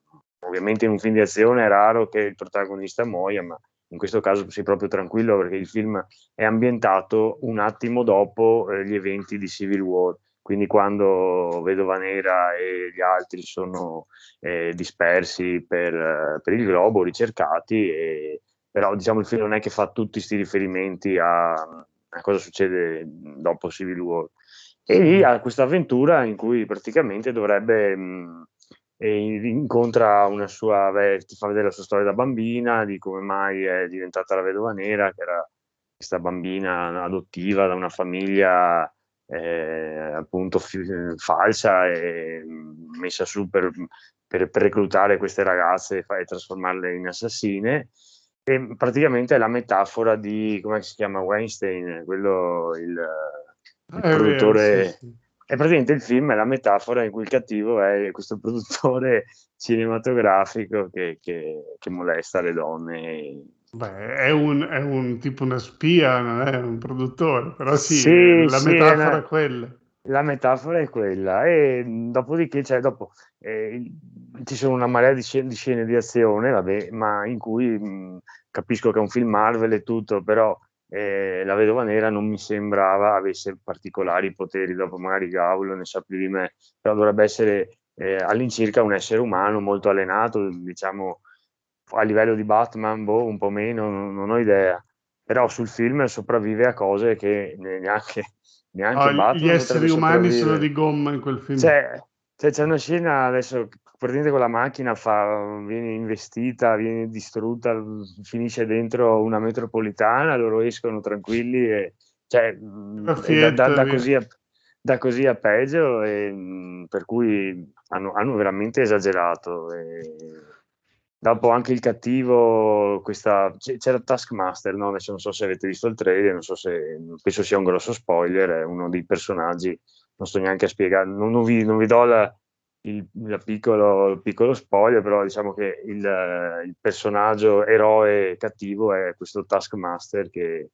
ovviamente in un film di azione è raro che il protagonista muoia, ma in questo caso sei proprio tranquillo perché il film è ambientato un attimo dopo eh, gli eventi di Civil War, quindi quando Vedova Nera e gli altri sono eh, dispersi per, per il globo, ricercati, e, però diciamo il film non è che fa tutti questi riferimenti a, a cosa succede dopo Civil War. E lì ha questa avventura in cui praticamente dovrebbe... Mh, e incontra una sua, beh, ti fa vedere la sua storia da bambina, di come mai è diventata la Vedova Nera, che era questa bambina adottiva da una famiglia eh, appunto fi- falsa e messa su per, per, per reclutare queste ragazze e, fa- e trasformarle in assassine. E praticamente è la metafora di, come si chiama, Weinstein, quello, il, il È vero, produttore... sì, sì. È praticamente il film, è la metafora in cui il cattivo è questo produttore cinematografico che, che, che molesta le donne. Beh, è un, è un tipo una spia, non è un produttore, però sì, Sì, la sì, è metafora una- è quella. la metafora è quella. E dopodiché, cioè, dopo, eh, ci sono una marea di scene, di scene di azione, vabbè, ma in cui mh, capisco che è un film Marvel e tutto, però eh, la Vedova Nera non mi sembrava avesse particolari poteri, dopo magari Gaulo ne sa più di me, però dovrebbe essere eh, all'incirca un essere umano molto allenato, diciamo a livello di Batman, boh, un po' meno, non, non ho idea, però sul film sopravvive a cose che ne- neanche, neanche Oh, gli Batman esseri potrebbe umani sono di sopravvivere. gomma in quel film. C'è, c'è, c'è una scena adesso, praticamente con la macchina fa, viene investita, viene distrutta, finisce dentro una metropolitana, loro escono tranquilli e, cioè, mh, e da, da- Graffietto, da via. così a, da così a peggio, e, mh, per cui hanno, hanno veramente esagerato. E dopo anche il cattivo, questa, c- c'era Taskmaster, no? Adesso non so se avete visto il trailer, non so se, penso sia un grosso spoiler, è uno dei personaggi, non sto neanche a spiegare, non, non vi, non vi do la, il, la piccolo, il piccolo spoiler, però diciamo che il, il personaggio eroe cattivo è questo Taskmaster che,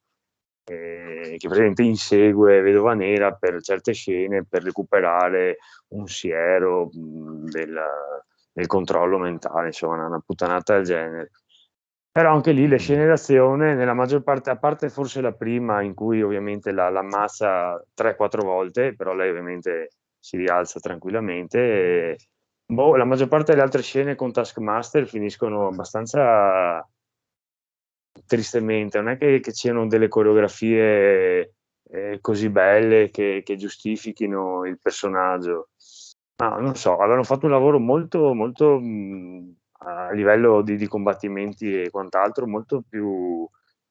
eh, che praticamente insegue Vedova Nera per certe scene per recuperare un siero mh, del, del controllo mentale, insomma, una puttanata del genere. Però anche lì le scene d'azione, nella maggior parte, a parte forse la prima in cui ovviamente la, la ammazza tre quattro volte, però lei ovviamente si rialza tranquillamente. E, boh, la maggior parte delle altre scene con Taskmaster finiscono abbastanza tristemente. Non è che, che siano delle coreografie eh, così belle che, che giustifichino il personaggio. No, non so, avevano fatto un lavoro molto, molto mh, a livello di, di combattimenti e quant'altro, molto più,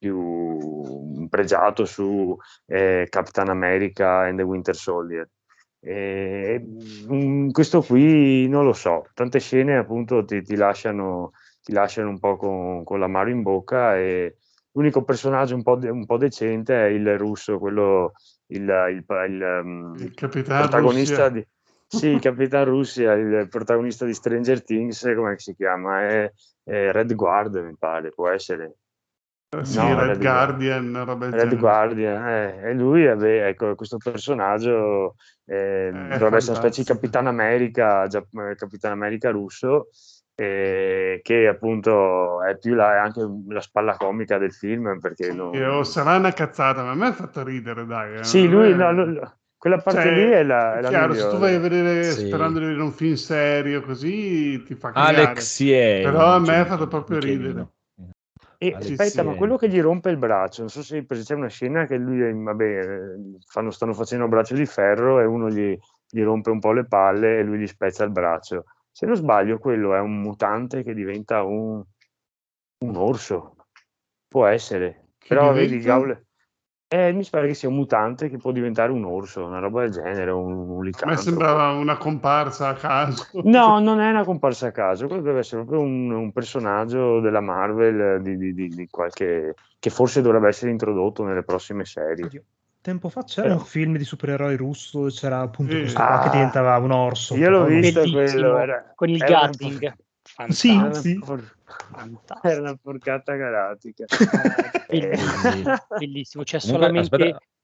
più pregiato su eh, Capitan America and the Winter Soldier. E, mh, questo qui non lo so, tante scene appunto ti, ti lasciano, ti lasciano un po' con, con l'amaro in bocca, e l'unico personaggio un po', de- un po' decente è il russo, quello, il, il, il, um, Il Capitan protagonista Russia. di... Sì, il Capitan Russia, il protagonista di Stranger Things, come si chiama? È, è Red Guard, mi pare, può essere. Eh, Sì, No, Red Red Guard. Guardian, roba del Red genere. Guardian, eh, e lui, eh, beh, ecco, questo personaggio eh, È dovrebbe essere una specie di fantastico. Capitan America, Gia- eh, Capitan America russo, eh, che appunto è più la, è anche la spalla comica del film, perché E, oh, non... sarà una cazzata, ma a me ha fatto ridere, dai. eh, Sì, non lui, no, è- lui- quella parte lì Cioè, è la, è è la chiaro, se tu vai a migliore. vedere Sì. sperando di vedere un film serio così, ti fa cagare. Alex Però a Yen, me c'è ha fatto proprio ridere. Michelino. E Alex aspetta, ma Yen. quello che gli rompe il braccio, non so se hai preso- c'è una scena che lui, vabbè, eh, fanno, stanno facendo un braccio di ferro e uno gli, gli rompe un po' le palle e lui gli spezza il braccio. Se non sbaglio, quello è un mutante che diventa un, un orso. Può essere. Che Però vedi, diventa? Gaul, eh, mi pare che sia un mutante che può diventare un orso, una roba del genere, un, un A me licantropo. sembrava una comparsa a caso. No, non è una comparsa a caso, quello deve essere proprio un, un personaggio della Marvel di, di- di- di qualche, che forse dovrebbe essere introdotto nelle prossime serie. Oddio. Tempo fa c'era un Però, film di supereroi russo dove c'era appunto Sì. questo qua che ah, diventava un orso, io l'ho però non... visto quello, Bellissimo, era, con il era una, Gatling. por- Sì, era una Fantastico. sì. por- era una Fantastico. porcata galattica. Eh, Eh, bellissimo, bellissimo. C'è Comunque, solamente aspetta,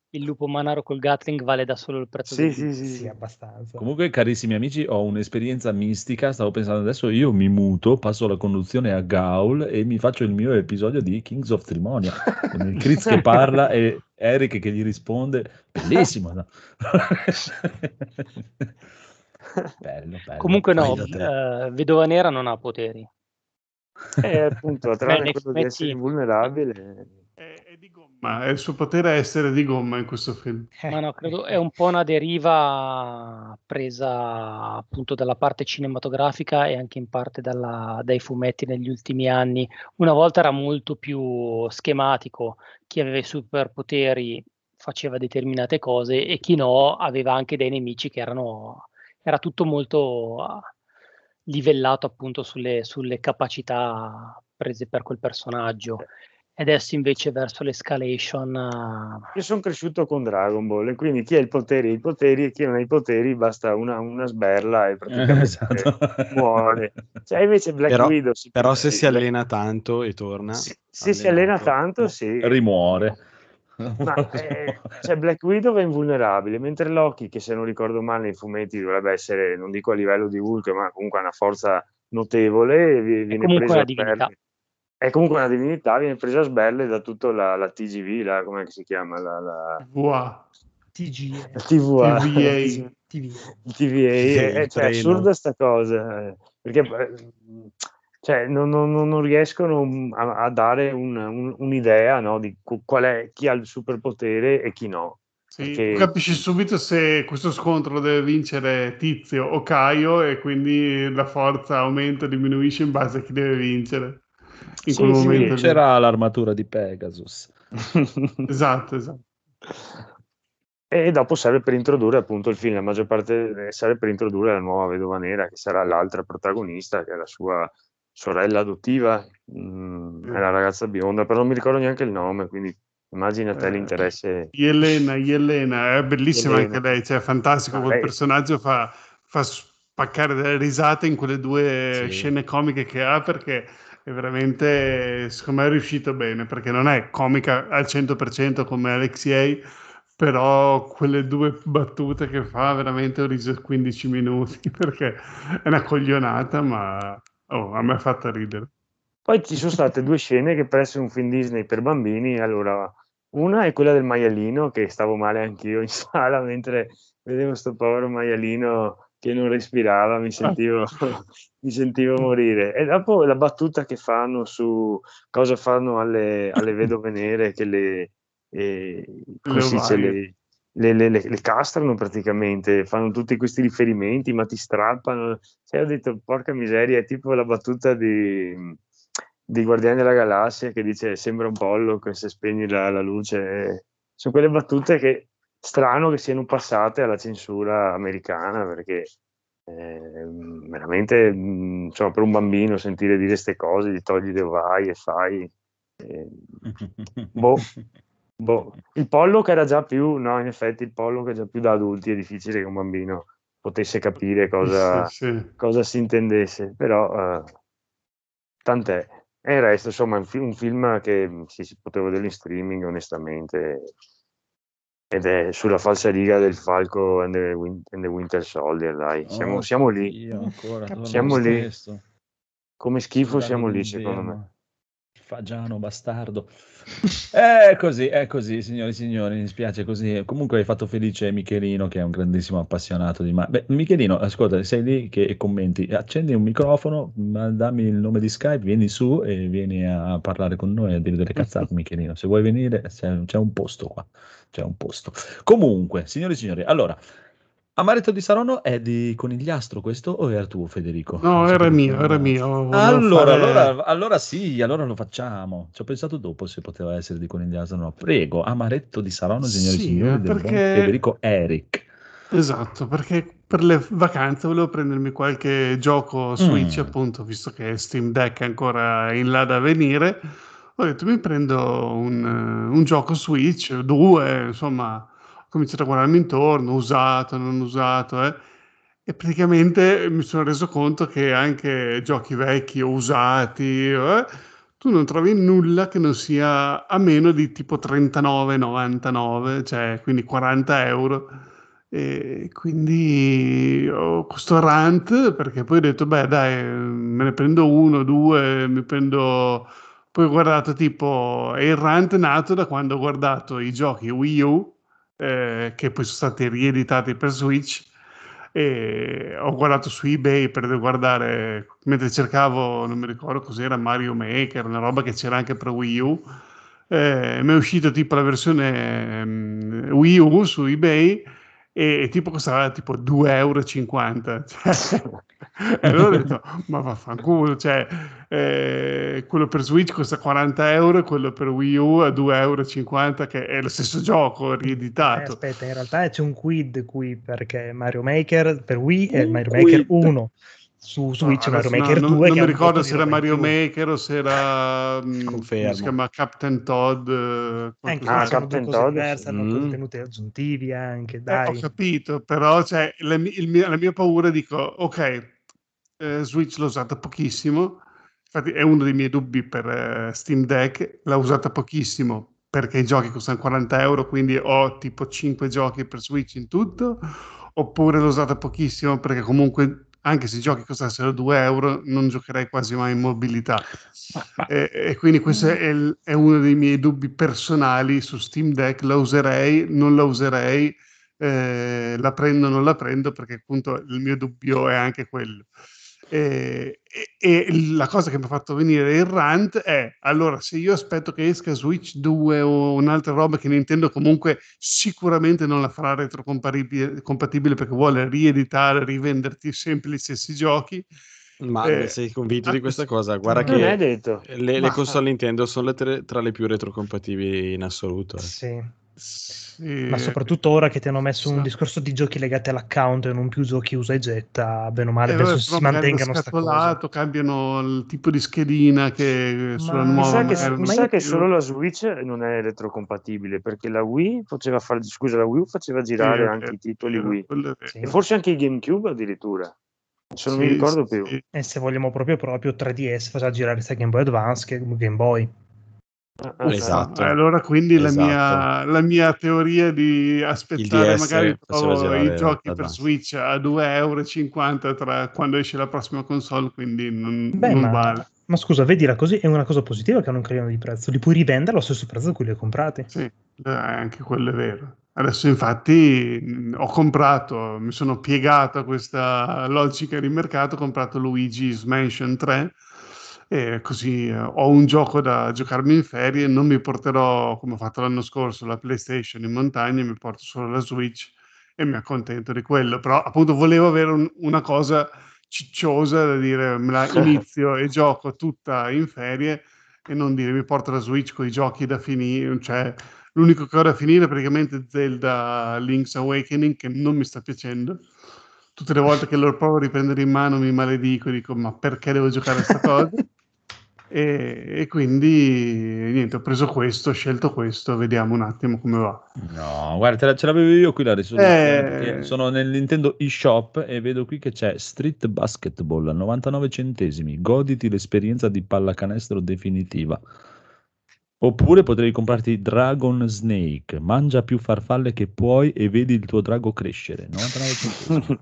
il lupo manaro col Gatling vale da solo il prezzo Sì, del sì, libro. sì, Sì, sì. abbastanza. Comunque, carissimi amici, ho un'esperienza mistica. Stavo pensando adesso, io mi muto, passo la conduzione a Gaul e mi faccio il mio episodio di Kings of Trimonia, con il Chris che parla e Eric che gli risponde. Bellissimo, no? Bello, bello. Comunque no, Fai da te. eh, Vedova Nera non ha poteri. E appunto, Beh, tranne nei quello di essere fumetti, invulnerabile. È, è di gomma, è il suo potere è essere di gomma in questo film. ma no, credo è un po' una deriva presa appunto dalla parte cinematografica e anche in parte dalla- dai fumetti negli ultimi anni. Una volta era molto più schematico, chi aveva i superpoteri faceva determinate cose e chi no aveva anche dei nemici che erano, era tutto molto ah, livellato appunto sulle, sulle capacità prese per quel personaggio. E adesso invece verso l'escalation ah, Io sono cresciuto con Dragon Ball e quindi chi ha il potere ha i poteri e chi non ha i poteri basta una, una sberla e Eh, praticamente esatto. muore. Cioè invece Black Però, Widow si, però se si Black- allena tanto e torna se, se si allena allenato, tanto, sì. Rimuore. Ma eh, cioè Black Widow è invulnerabile, mentre Loki, che se non ricordo male nei fumetti dovrebbe essere, non dico a livello di Hulk, ma comunque ha una forza notevole, vi- è viene comunque preso una a divinità. sberle. È comunque una divinità, viene presa a sberle da tutta la, la T G V, la, come si chiama? La, la, V A, T G la E, T V A, T V A. T V E. il T V A, è, il è- cioè, è treno. assurda sta cosa, eh, perché eh, cioè, non, non- non- non riescono a, a dare un- un- un'idea, no, di cu- qual è chi ha il superpotere e chi no. Sì, tu Perché capisci subito se questo scontro lo deve vincere Tizio o Caio e quindi la forza aumenta o diminuisce in base a chi deve vincere in quel sì, sì, momento lì. Vincerà l'armatura di Pegasus. Esatto, esatto. e dopo serve per introdurre appunto il film, la maggior parte eh, serve per introdurre la nuova Vedova Nera, che sarà l'altra protagonista, che è la sua sorella adottiva, mm, è la ragazza bionda, però non mi ricordo neanche il nome, quindi immagina te Eh, l'interesse Yelena, Yelena, è di bellissima Elena. anche lei, cioè è fantastico Ma quel lei, personaggio, fa, fa spaccare delle risate in quelle due Sì. scene comiche che ha perché è veramente, secondo me è riuscito bene, perché non è comica al cento per cento come Alexei, però quelle due battute che fa veramente ho riso quindici minuti perché è una coglionata, ma oh, a me ha fatto ridere. Poi ci sono state due scene che per essere un film Disney per bambini, allora, una è quella del maialino, che stavo male anch'io in sala mentre vedevo sto povero maialino che non respirava, mi sentivo, mi sentivo morire. E dopo la battuta che fanno su cosa fanno alle, alle vedove nere, che le, eh, come Le si dice, ovaie. le, le, le- le- le castrano praticamente, fanno tutti questi riferimenti, ma ti strappano. Cioè, ho detto, porca miseria, è tipo la battuta di, di Guardiani della Galassia che dice sembra un pollo che se spegni la, la luce. Sono quelle battute che strano che siano passate alla censura americana perché eh, veramente, mh, insomma, per un bambino sentire dire queste cose, gli togli le ovaie e fai. eh, boh, boh. Il pollo che era già più, no, in effetti il pollo che è già più da adulti è difficile che un bambino potesse capire Sì, cosa, sì. cosa si intendesse, però eh, tant'è. E il resto, insomma, è un, fi- un film che mh, sì, si poteva vedere in streaming, onestamente, ed è sulla falsariga del Falco and the, Win- and the Winter Soldier, dai, siamo, siamo lì, Oddio, ancora torna siamo lo lì, stesso. come schifo Figlio siamo lì, secondo me. dell'inferno. Fagiano bastardo. È così, è così, signori e signori, mi spiace così. Comunque hai fatto felice Michelino, che è un grandissimo appassionato di... Ma... Beh, Michelino, ascolta, sei lì che commenti, accendi un microfono, ma dammi il nome di Skype, vieni su e vieni a parlare con noi, a dire delle cazzate, Michelino. Se vuoi venire, c'è, c'è un posto qua, c'è un posto. Comunque, signori e signori, allora, Amaretto di Saronno è di Conigliastro questo o era tuo, Federico? No, Mi sa era che mio, era dicevamo- mio. Volevo Allora, fare... allora, allora sì, allora lo facciamo. Ci ho pensato dopo se poteva essere di Conigliastro o no. Prego, Amaretto di Saronno, signori e Sì, signori, eh, del buon perché... Federico Eric. Esatto, perché per le vacanze volevo prendermi qualche gioco Switch, Mm. appunto, visto che Steam Deck è ancora in là da venire. Ho detto mi prendo un, eh, un gioco Switch, due, insomma, ho cominciato a guardarmi intorno, usato, non usato, eh. E praticamente mi sono reso conto che anche giochi vecchi o usati, eh, tu non trovi nulla che non sia a meno di tipo trentanove novantanove, cioè quindi quaranta euro. E quindi ho questo rant perché poi ho detto, beh dai, me ne prendo uno, due, mi prendo... Poi ho guardato tipo, e il rant è nato da quando ho guardato i giochi Wii U, eh, che poi sono stati rieditati per Switch, e ho guardato su eBay per guardare, mentre cercavo, non mi ricordo cos'era, Mario Maker, una roba che c'era anche per Wii U, eh, mi è uscita tipo la versione um, Wii U su eBay e, e tipo costava tipo due euro e cinquanta. Cioè, e allora ho detto, ma vaffanculo, cioè, eh, quello per Switch costa quaranta euro e quello per Wii U a due euro e cinquanta, che è lo stesso gioco Eh, rieditato. aspetta, in realtà c'è un quid qui perché Mario Maker per Wii è Un Mario Maker quid. uno, su Switch è No, Mario adesso no, Maker non, due non che mi ha un ricordo botto se di era roba in Mario più. Maker o se era mm, come si Confermo. chiama Captain Todd, eh, Anche qualcosa Ah, qua di- sono due Captain cose Todd, diverse, sì. hanno Mm. contenuti aggiuntivi anche, Eh, ho dai. capito, però cioè, la, mi- il mio- la mia paura dico, ok, eh, Switch l'ho usata pochissimo, infatti è uno dei miei dubbi per eh, Steam Deck, l'ho usata pochissimo perché i giochi costano quaranta euro, quindi ho tipo cinque giochi per Switch in tutto, oppure l'ho usata pochissimo perché comunque anche se i giochi costassero due euro non giocherei quasi mai in mobilità. Ma- ma- E, e quindi questo è, il- è uno dei miei dubbi personali su Steam Deck, la userei, non la userei, eh, la prendo o non la prendo perché appunto il mio dubbio è anche quello. E, e- e la cosa che mi ha fatto venire il rant è, allora, se io aspetto che esca Switch due o un'altra roba che Nintendo comunque sicuramente non la farà retrocompatibile compatibile perché vuole rieditare, rivenderti sempre gli stessi giochi. Ma eh, sei convinto di questa anche- cosa? Guarda Non è che detto. le, le ma console Nintendo sono le tre- tra le più retrocompatibili in assoluto. eh. Sì. sì, Ma soprattutto ora che ti hanno messo un so- discorso di giochi legati all'account e non più giochi usa e getta, bene o male, Eh, penso vabbè, si però magari lo mantengano sta cosa. scatolato, cambiano il tipo di schedina che sulla Ma, Mi nuova sa che, magari mi ma non sa io... c'è che più. solo la Switch non è retrocompatibile perché la Wii faceva fare, scusa, la Wii U faceva Sì, girare è anche vero, i titoli è vero, Wii quello è vero. e Sì. forse anche i GameCube addirittura. Se non mi Sì, sì, ricordo più. sì. E se vogliamo proprio proprio tre D S faceva girare sia Game Boy Advance che Game Boy. Eh, eh, eh. Uffa, Esatto, allora quindi la esatto. mia, la mia teoria di Il aspettare, magari D S faceva trovo i girare giochi per l'Advance. Switch a due euro e cinquanta tra quando esce la prossima console, quindi non, Beh, non ma, vale. ma scusa, vedila così, è una cosa positiva che non creano di prezzo. Li puoi rivendere allo stesso prezzo a cui li hai comprati. Sì, eh, anche quello è vero. Adesso infatti mh, ho comprato, mi sono piegato a questa logica di mercato, ho comprato Luigi's Mansion tre e così eh, ho un gioco da giocarmi in ferie, non mi porterò, come ho fatto l'anno scorso, la PlayStation in montagna, mi porto solo la Switch e mi accontento di quello, però appunto volevo avere un- una cosa cicciosa da dire, me la inizio e gioco tutta in ferie e non dire mi porto la Switch con i giochi da finire, cioè l'unico che ho da finire è praticamente Zelda Link's Awakening che non mi sta piacendo. Tutte le volte che lo provo a riprendere in mano mi maledico, dico ma perché devo giocare a sta cosa? E, e quindi niente, ho preso questo, ho scelto questo, vediamo un attimo come va. No, guarda, te la- ce l'avevo io qui la risoluzione perché Eh, sono nel Nintendo eShop e vedo qui che c'è Street Basketball a novantanove centesimi. Goditi l'esperienza di pallacanestro definitiva. Oppure potrei comprarti Dragon Snake. Mangia più farfalle che puoi e vedi il tuo drago crescere. novantanove centesimi.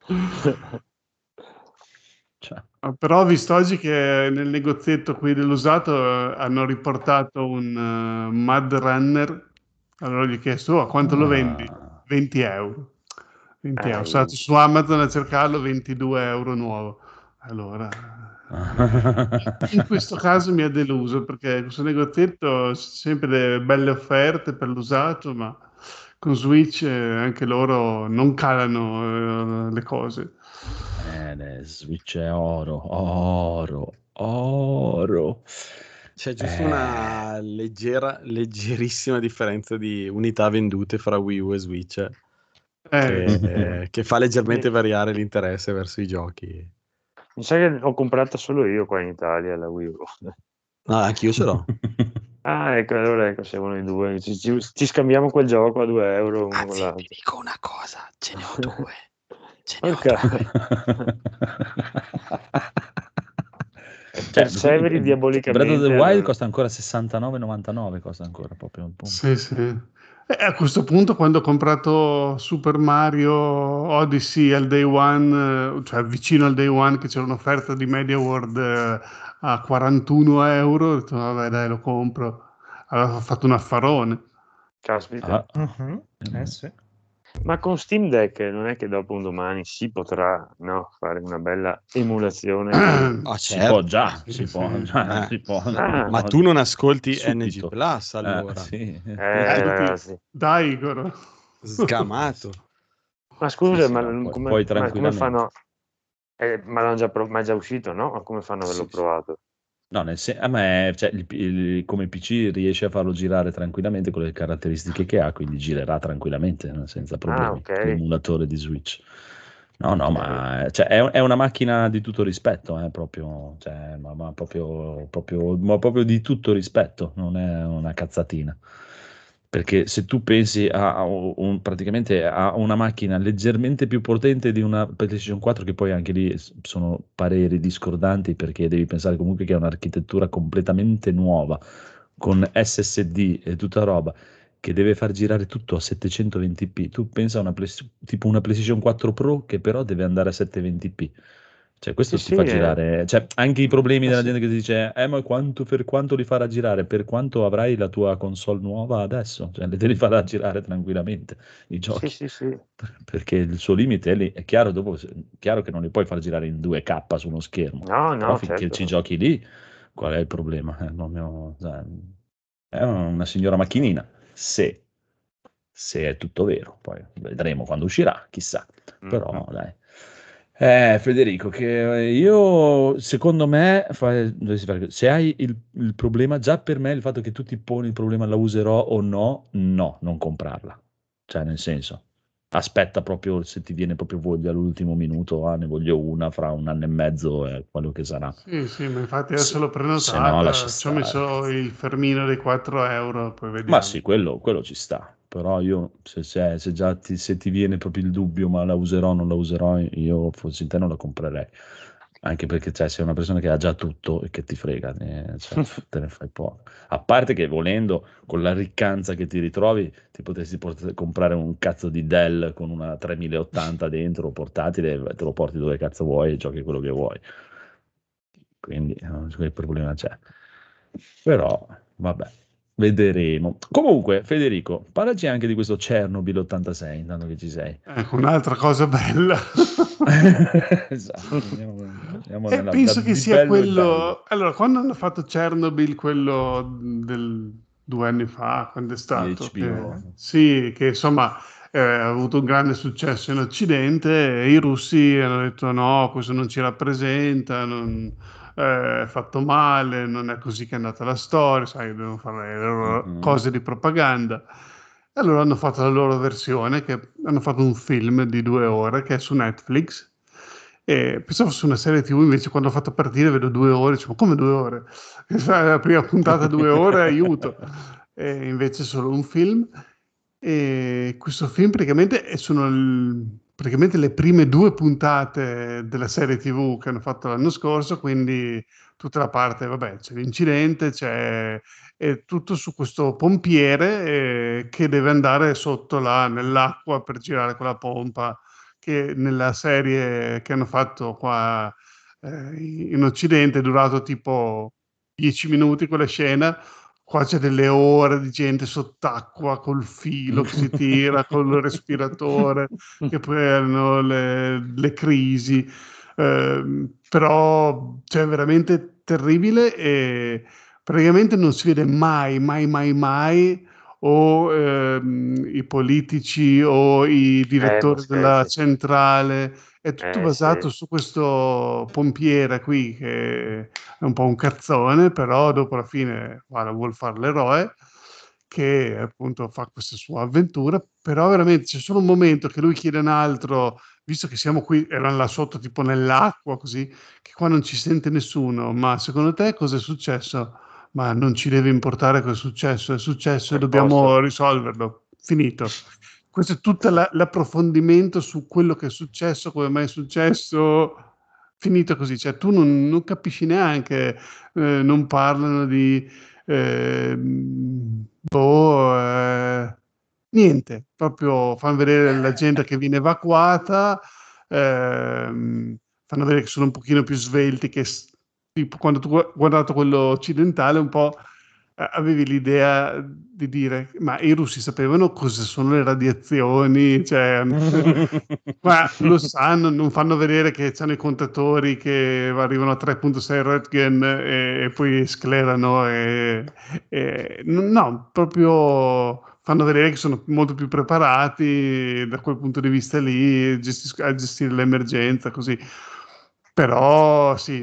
Cioè, Ah, però ho visto oggi che nel negozietto qui dell'usato eh, hanno riportato un uh, Mud Runner. Allora gli ho chiesto, "Oh, a quanto lo vendi? ah. venti euro. venti euro. Sono Ai. andato su Amazon a cercarlo, ventidue euro nuovo. Allora, in questo caso mi ha deluso perché questo negozietto ha sempre delle belle offerte per l'usato, ma con Switch eh, anche loro non calano eh, le cose. Eh, le Switch è oro, oro, oro. C'è giusto Eh. una leggera, leggerissima differenza di unità vendute fra Wii U e Switch Eh, che, sì. eh, che fa leggermente Mi, variare l'interesse verso i giochi. mi sa che l'ho comprata solo io qua in Italia la Wii U. No, anch'io ce l'ho. Ah, ecco, allora ecco, siamo noi due. Ci, ci- ci scambiamo quel gioco a due euro uno con Anzi, l'altro. ti dico una cosa, ce ne ho due. Ce ne ho Porca. due. perseveri Breath diabolicamente. of the Wild nel- costa ancora sessantanove e novantanove, costa ancora proprio un punto. Sì, sì. E a questo punto, quando ho comprato Super Mario Odyssey al day one, eh, cioè vicino al day one, che c'era un'offerta di MediaWorld eh, a quarantuno euro, ho detto vabbè dai, lo compro. Allora ho fatto un affarone. Caspita. Ah, Mhm, eh sì. Ma con Steam Deck non è che dopo un domani si potrà, no, fare una bella emulazione di... Ah, si può certo. già, Sì, si sì. può già, Eh. si può. Ah. Ma tu non ascolti N G Subito. Plus Eh, allora? sì. Eh, Ascolti, sì. dai Igor. Sgamato. Ma scusa, Sì, sì, ma, no, puoi- come, puoi ma come tranquillamente. fanno? Eh, ma l'hanno già prov- ma è già uscito, no? Ma come fanno a averlo Sì, sì. provato? No, nel sen- a me, cioè, il, il- come P C riesce a farlo girare tranquillamente con le caratteristiche che ha, quindi girerà tranquillamente, no, senza Ah, problemi, ok. l'emulatore di Switch. No, no, Ok. ma cioè, è, è una macchina di tutto rispetto, eh, proprio, cioè, ma, ma proprio, proprio, ma proprio di tutto rispetto, non è una cazzatina. Perché se tu pensi a, a un- praticamente a una macchina leggermente più potente di una PlayStation quattro, che poi anche lì s- sono pareri discordanti, perché devi pensare comunque che è un'architettura completamente nuova, con S S D e tutta roba, che deve far girare tutto a settecentoventi p. Tu pensa a una Play- tipo una PlayStation quattro Pro che però deve andare a settecentoventi p. Cioè, questo Sì, ti sì, fa eh, girare, cioè, anche i problemi eh della sì. gente che ti dice, eh, ma quanto, per quanto li farà girare? Per quanto avrai la tua console nuova adesso? Cioè, le devi farà girare tranquillamente i Sì, giochi. sì, sì. Perché il suo limite è lì. È chiaro, dopo, è chiaro che non li puoi far girare in due K su uno schermo, No, però no, finché ci certo. giochi lì, qual è il problema? Eh, non ne ho- cioè, è una signora macchinina, se, se è tutto vero, poi vedremo quando uscirà, chissà. Però Mhm. dai. Eh, Federico, che io secondo me fa- dovresti fare- se hai il, il problema, già per me il fatto che tu ti poni il problema la userò o no, no, non comprarla. Cioè, nel senso, aspetta proprio se ti viene proprio voglia all'ultimo minuto, ah, ne voglio una fra un anno e mezzo, eh, quello che sarà. Sì, sì, ma infatti adesso Se, l'ho se no, lascia prenotata, ci ho stare. messo il fermino dei quattro euro, poi Ma vediamo. sì, quello, quello ci sta, però io se, se- se già ti, se ti viene proprio il dubbio, ma la userò o non la userò, io fossi in te non la comprerei, anche perché cioè, sei una persona che ha già tutto e che ti frega, eh, cioè, te ne fai poco. A parte che volendo, con la riccanza che ti ritrovi, ti potresti port- comprare un cazzo di Dell con una tremila ottanta dentro, portatile, te lo porti dove cazzo vuoi e giochi quello che vuoi. Quindi eh, quel problema c'è. Però, vabbè. Vedremo. Comunque, Federico, parlaci anche di questo Chernobyl ottantasei, intanto che ci sei. Ecco, un'altra cosa bella. Esatto, andiamo, andiamo E nella, da- penso che di sia bello e bello. quello. Allora, quando hanno fatto Chernobyl, quello del due anni fa, quando è Di stato? Che, H B O. sì, che insomma eh, ha avuto un grande successo in Occidente e i russi hanno detto no, questo non ci rappresenta, non, eh, è fatto male, non è così che è andata la storia, sai, devono fare le loro Mhm. cose di propaganda. E allora hanno fatto la loro versione, che hanno fatto un film di due ore che è su Netflix. E pensavo su una serie T V, invece quando ho fatto partire vedo due ore, dicevo, come due ore? La prima puntata due ore, aiuto. E invece è solo un film. E questo film praticamente è- sono il- praticamente le prime due puntate della serie T V che hanno fatto l'anno scorso, quindi tutta la parte, vabbè, c'è l'incidente, c'è è tutto su questo pompiere eh, che deve andare sotto là nell'acqua per girare con la pompa, che nella serie che hanno fatto qua eh, in Occidente è durato tipo dieci minuti quella scena. Qua c'è delle ore di gente sott'acqua col filo che si tira, col respiratore, che poi hanno le, le crisi. Ehm, però cioè, veramente terribile e praticamente non si vede mai, mai, mai, mai o ehm, i politici o i Eh, ma direttori della scherzi. centrale. È tutto Eh, sì. basato su questo pompiere qui che è un po' un cazzone, però dopo alla fine guarda, vuol fare l'eroe che appunto fa questa sua avventura, però veramente c'è solo un momento che lui chiede un altro, visto che siamo qui, erano là sotto tipo nell'acqua così, che qua non ci sente nessuno, ma secondo te cosa è successo? Ma non ci deve importare cosa è successo, è successo È e a posto. dobbiamo risolverlo. Finito. Questo è tutto la- l'approfondimento su quello che è successo, come mai è successo. finito così, cioè tu non, non capisci neanche, eh, non parlano di eh, boh, eh, niente, proprio fanno vedere la gente che viene evacuata, ehm, fanno vedere che sono un pochino più svelti, che s- tipo quando tu hai guardato quello occidentale un po' eh, avevi l'idea di dire, ma i russi sapevano cosa sono le radiazioni? Cioè, ma lo sanno, non fanno vedere che hanno i contatori che arrivano a tre virgola sei Röntgen e, e poi sclerano. E, e- no, proprio fanno vedere che sono molto più preparati da quel punto di vista lì gestis- a gestire l'emergenza, così. Però sì,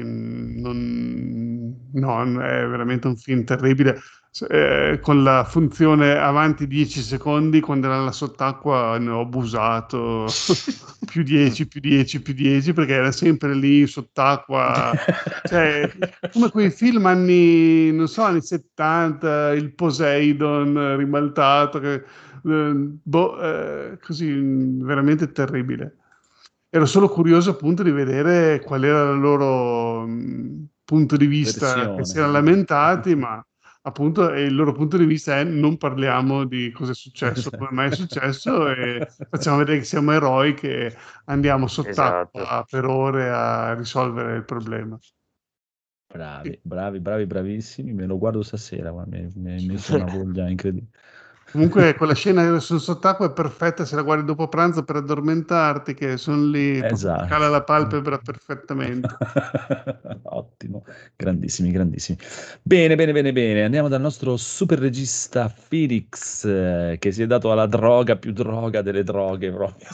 non, no, è veramente un film terribile. Eh, con la funzione avanti dieci secondi, quando era là sott'acqua ne ho abusato più dieci, più dieci, più dieci, perché era sempre lì sott'acqua, cioè come quei film anni, non so, anni settanta, il Poseidon ribaltato, che, eh, boh, eh, così veramente terribile. Ero solo curioso appunto di vedere qual era il loro mh, punto di vista, che si Versione. erano lamentati, ma appunto e il loro punto di vista è non parliamo di cosa è successo, come mai è successo e facciamo vedere che siamo eroi, che andiamo Esatto. sott'acqua per ore a risolvere il problema. Bravi, bravi, bravi, bravissimi. Me lo guardo stasera, guarda, mi mi hai messo una voglia incredibile. Comunque quella scena che sono sott'acqua è perfetta se la guardi dopo pranzo per addormentarti, che sono lì, proprio ti cala la Esatto. palpebra perfettamente. Ottimo, grandissimi, grandissimi. Bene, bene, bene, bene. Andiamo dal nostro super regista Felix, eh, che si è dato alla droga più droga delle droghe proprio.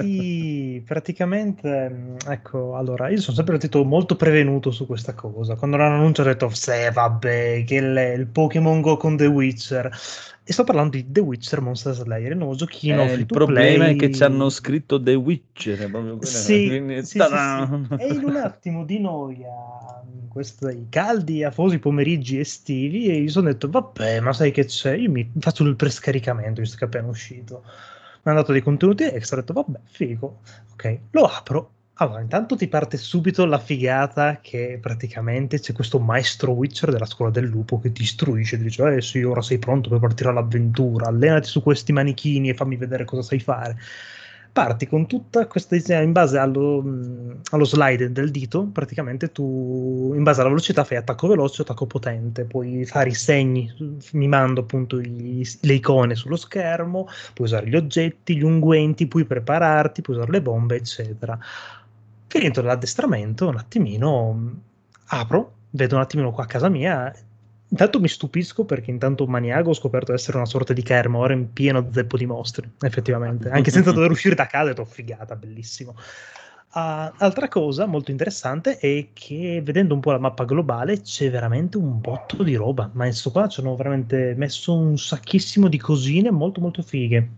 Sì, praticamente, mh, ecco, allora, io sono sempre stato molto prevenuto su questa cosa. Quando l'hanno annunciato ho detto, se vabbè, che è il Pokémon Go con The Witcher. E sto parlando di The Witcher Monster Slayer, il nuovo giochino Eh, free il to problema è che ci hanno play. scritto The Witcher, è proprio quello, Sì, quindi, sì, sì, sì. ta-da! E in un attimo di noia, in questi caldi e afosi pomeriggi estivi, e io sono detto, vabbè, ma sai che c'è? Io mi faccio il prescaricamento, visto che è appena uscito. Mi hanno dato dei contenuti extra, ho detto, vabbè, figo. Ok, lo apro. Allora, intanto ti parte subito la figata che praticamente c'è questo maestro Witcher della scuola del lupo che ti istruisce, ti dice, eh sì, ora sei pronto per partire all'avventura, allenati su questi manichini e fammi vedere cosa sai fare. Parti con tutta questa in base allo, mh, allo slide del dito, praticamente tu in base alla velocità fai attacco veloce o attacco potente, puoi fare i segni mimando appunto i- le icone sullo schermo, puoi usare gli oggetti, gli unguenti, puoi prepararti, puoi usare le bombe, eccetera. Finito l'addestramento, un attimino mh, apro, vedo un attimino qua a casa mia. Intanto mi stupisco perché intanto Maniago ho scoperto essere una sorta di Kermor in pieno zeppo di mostri, effettivamente, anche senza dover uscire da casa, ho figata, bellissimo. Uh, altra cosa molto interessante è che vedendo un po' la mappa globale c'è veramente un botto di roba, ma adesso qua ci hanno veramente messo un sacchissimo di cosine molto molto fighe.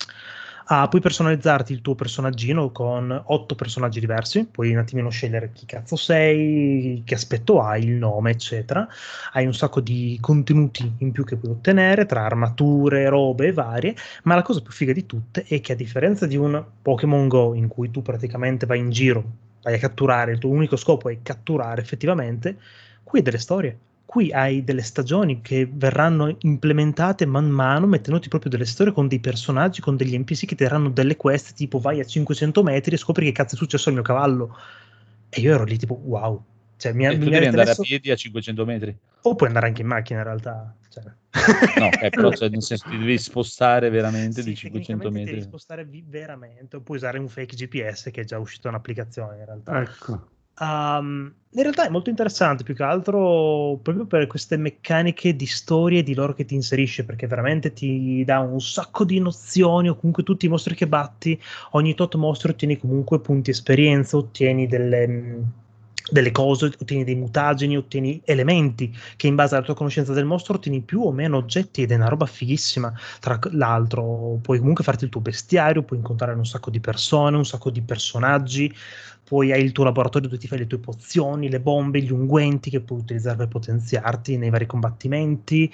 Ah, puoi personalizzarti il tuo personaggino con otto personaggi diversi, puoi un attimino scegliere chi cazzo sei, che aspetto hai, il nome, eccetera. Hai un sacco di contenuti in più che puoi ottenere tra armature, robe varie, ma la cosa più figa di tutte è che a differenza di un Pokémon Go in cui tu praticamente vai in giro, vai a catturare, il tuo unico scopo è catturare effettivamente, qui hai delle storie. Qui hai delle stagioni che verranno implementate man mano, mettendoti proprio delle storie con dei personaggi, con degli N P C che ti daranno delle quest, tipo vai a cinquecento metri e scopri che cazzo è successo al mio cavallo. E io ero lì tipo, wow. Cioè, mi, E mi tu devi avete andare a messo... piedi a cinquecento metri. O puoi andare anche in macchina in realtà. Cioè. No, eh, però cioè, nel senso ti devi spostare veramente di Sì, cinquecento tecnicamente ti devi metri. spostare vi- veramente, o puoi usare un fake G P S che è già uscito un'applicazione in realtà. Ecco. Um, in realtà è molto interessante più che altro proprio per queste meccaniche di storie di lore che ti inserisce, perché veramente ti dà un sacco di nozioni, o comunque tutti i mostri che batti, ogni tot mostro ottieni comunque punti esperienza, ottieni delle, mh, delle cose, ottieni dei mutageni, ottieni elementi che in base alla tua conoscenza del mostro ottieni più o meno oggetti, ed è una roba fighissima. Tra l'altro puoi comunque farti il tuo bestiario, puoi incontrare un sacco di persone, un sacco di personaggi, poi hai il tuo laboratorio dove ti fai le tue pozioni, le bombe, gli unguenti che puoi utilizzare per potenziarti nei vari combattimenti.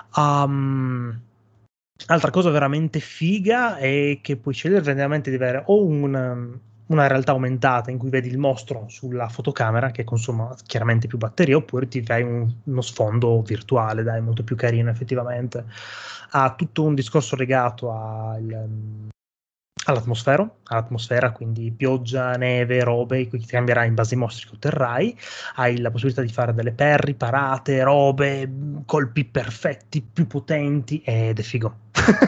Um, altra cosa veramente figa è che puoi scegliere veramente di avere o un, una realtà aumentata in cui vedi il mostro sulla fotocamera che consuma chiaramente più batterie, oppure ti fai un, uno sfondo virtuale, dai, molto più carino effettivamente. Ha tutto un discorso legato al, all'atmosfera, all'atmosfera, quindi pioggia, neve, robe, che cambierà in base ai mostri che otterrai. Hai la possibilità di fare delle parry, parate, robe, colpi perfetti, più potenti, ed è figo.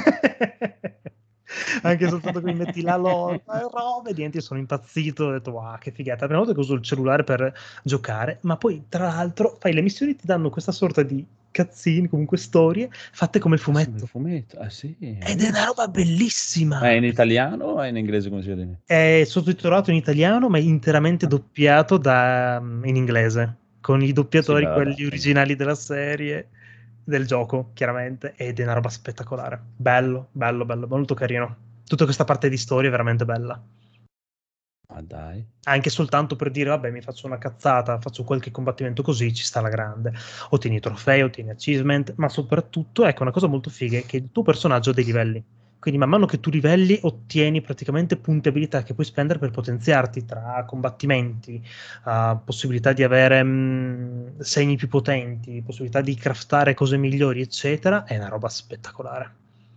Anche soltanto che mi metti la loro robe, niente, sono impazzito, ho detto wow, che figata. La prima volta che uso il cellulare per giocare, ma poi tra l'altro fai le missioni, ti danno questa sorta di cutscene, comunque storie fatte come il fumetto. Il fumetto, eh sì. Ed è una roba bellissima. Ma è in italiano o è in inglese, come si vede? È sottotitolato in italiano, ma è interamente doppiato da, in inglese, con i doppiatori, Sì, beh, quelli vabbè. originali della serie, del gioco, chiaramente, ed è una roba spettacolare. Bello, bello, bello, molto carino. Tutta questa parte di storia è veramente bella. Ma dai. Anche soltanto per dire, vabbè, mi faccio una cazzata, faccio qualche combattimento così, ci sta la grande. Ottieni trofei, ottieni achievement, ma soprattutto, ecco, una cosa molto figa è che il tuo personaggio ha dei livelli. Quindi man mano che tu livelli ottieni praticamente punti abilità che puoi spendere per potenziarti tra combattimenti, uh, possibilità di avere mh, segni più potenti, possibilità di craftare cose migliori, eccetera. È una roba spettacolare.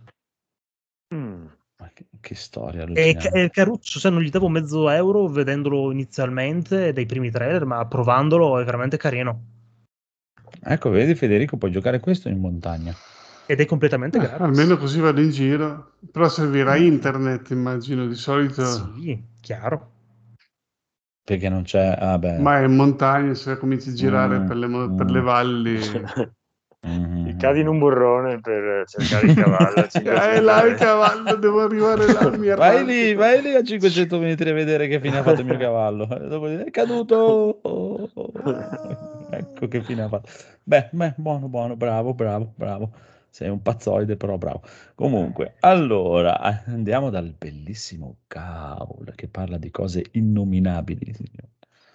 Mm. Ma che, che storia E, allucinante. e Caruccio, se non gli davo mezzo euro vedendolo inizialmente dai primi trailer, ma provandolo è veramente carino. Ecco, vedi Federico, puoi giocare questo in montagna. Ed è completamente Eh, gratis. almeno così vado in giro. Però servirà Mm. internet, immagino, di solito. Sì, chiaro. Perché non c'è... Ah, beh. Ma è in montagna, se cominci a girare Mm, per, le, mo- mm. per le valli. Mm-hmm. Cadi in un burrone per cercare il cavallo a Eh, cinquecento là il metri. cavallo, devo arrivare là, mi Vai lì, arrampico. vai lì a cinquecento metri a vedere che fine ha fatto il mio cavallo. E dopo dire, è caduto. Oh, oh, oh. Ecco che fine ha fatto. Beh, beh, buono, buono, bravo, bravo, bravo. Sei un pazzoide, però bravo. Comunque, allora, andiamo dal bellissimo Gaul che parla di cose innominabili, signore.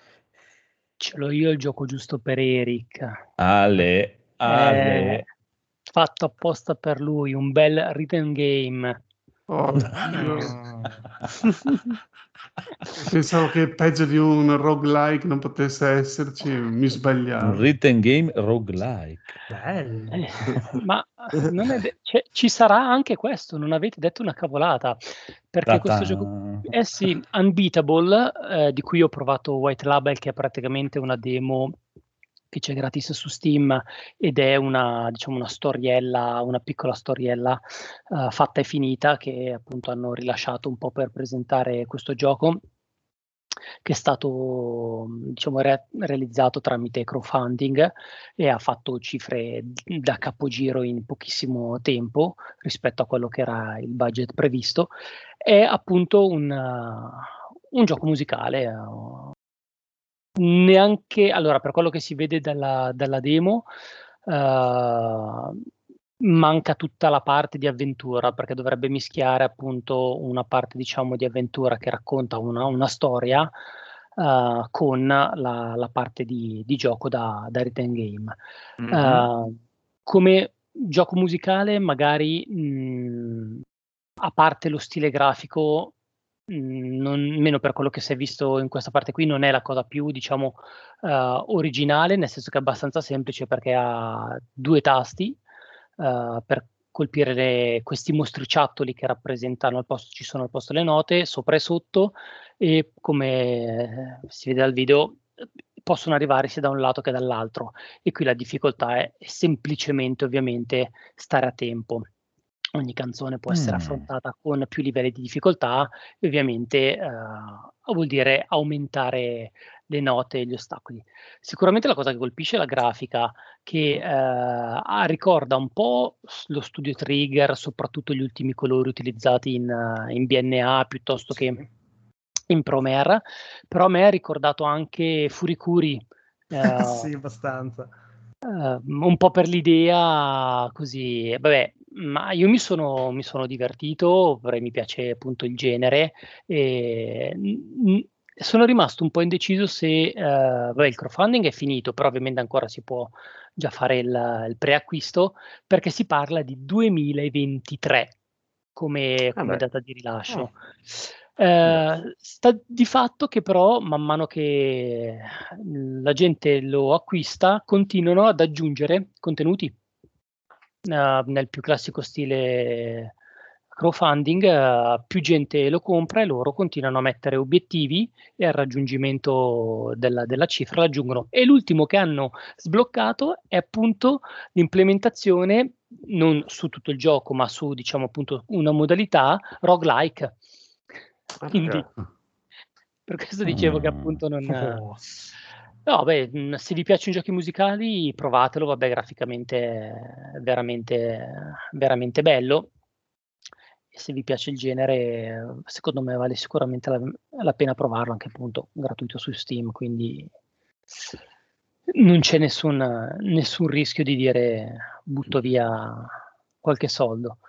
Ce l'ho io il gioco giusto per Eric. Ale, ale. Eh, fatto apposta per lui, un bel written game. Oddio. Pensavo che peggio di un roguelike non potesse esserci, mi Un sbagliavo. written game roguelike. Bello. Eh, ma non è de- cioè, ci sarà anche questo, non avete detto una cavolata, perché questo gioco, eh sì, Unbeatable, eh, di cui ho provato White Label, che è praticamente una demo che c'è gratis su Steam ed è una, diciamo, una storiella, una piccola storiella uh, fatta e finita che appunto hanno rilasciato un po' per presentare questo gioco, che è stato, diciamo, re- realizzato tramite crowdfunding e ha fatto cifre da capogiro in pochissimo tempo rispetto a quello che era il budget previsto. È appunto un, uh, un gioco musicale. Uh, neanche, allora, per quello che si vede dalla, dalla demo, uh, manca tutta la parte di avventura, perché dovrebbe mischiare appunto una parte, diciamo, di avventura che racconta una, una storia uh, con la, la parte di, di gioco da, da written game. Mm-hmm. Uh, come gioco musicale, magari mh, a parte lo stile grafico, mh, non, meno per quello che si è visto in questa parte qui, non è la cosa più, diciamo, uh, originale, nel senso che è abbastanza semplice perché ha due tasti uh, per colpire le, questi mostriciattoli che rappresentano al posto, ci sono al posto le note, sopra e sotto, e come si vede dal video possono arrivare sia da un lato che dall'altro, e qui la difficoltà è semplicemente, ovviamente, stare a tempo. Ogni canzone può essere Mm. affrontata con più livelli di difficoltà e ovviamente uh, vuol dire aumentare le note e gli ostacoli. Sicuramente la cosa che colpisce è la grafica, che uh, ricorda un po' lo Studio Trigger, soprattutto gli ultimi colori utilizzati in, uh, in B N A piuttosto che in Promare, però a me ha ricordato anche Furikuri. Uh, Sì, abbastanza. Uh, un po' per l'idea così, vabbè, ma io mi sono, mi sono divertito, mi piace appunto il genere e mh, sono rimasto un po' indeciso se, uh, vabbè, il crowdfunding è finito, però ovviamente ancora si può già fare il, il preacquisto, perché si parla di duemilaventitré come, come data di rilascio. Eh, sta di fatto che però man mano che la gente lo acquista continuano ad aggiungere contenuti eh, nel più classico stile crowdfunding, eh, più gente lo compra e loro continuano a mettere obiettivi e al raggiungimento della, della cifra l'aggiungono. E l'ultimo che hanno sbloccato è appunto l'implementazione non su tutto il gioco ma su diciamo appunto una modalità roguelike. Quindi per questo dicevo che appunto non... Oh. No, beh, mh, se vi piacciono i giochi musicali, provatelo, vabbè, graficamente è veramente, veramente bello. E se vi piace il genere, secondo me vale sicuramente la, la pena provarlo, anche appunto gratuito su Steam, quindi non c'è nessun, nessun rischio di dire butto via qualche soldo.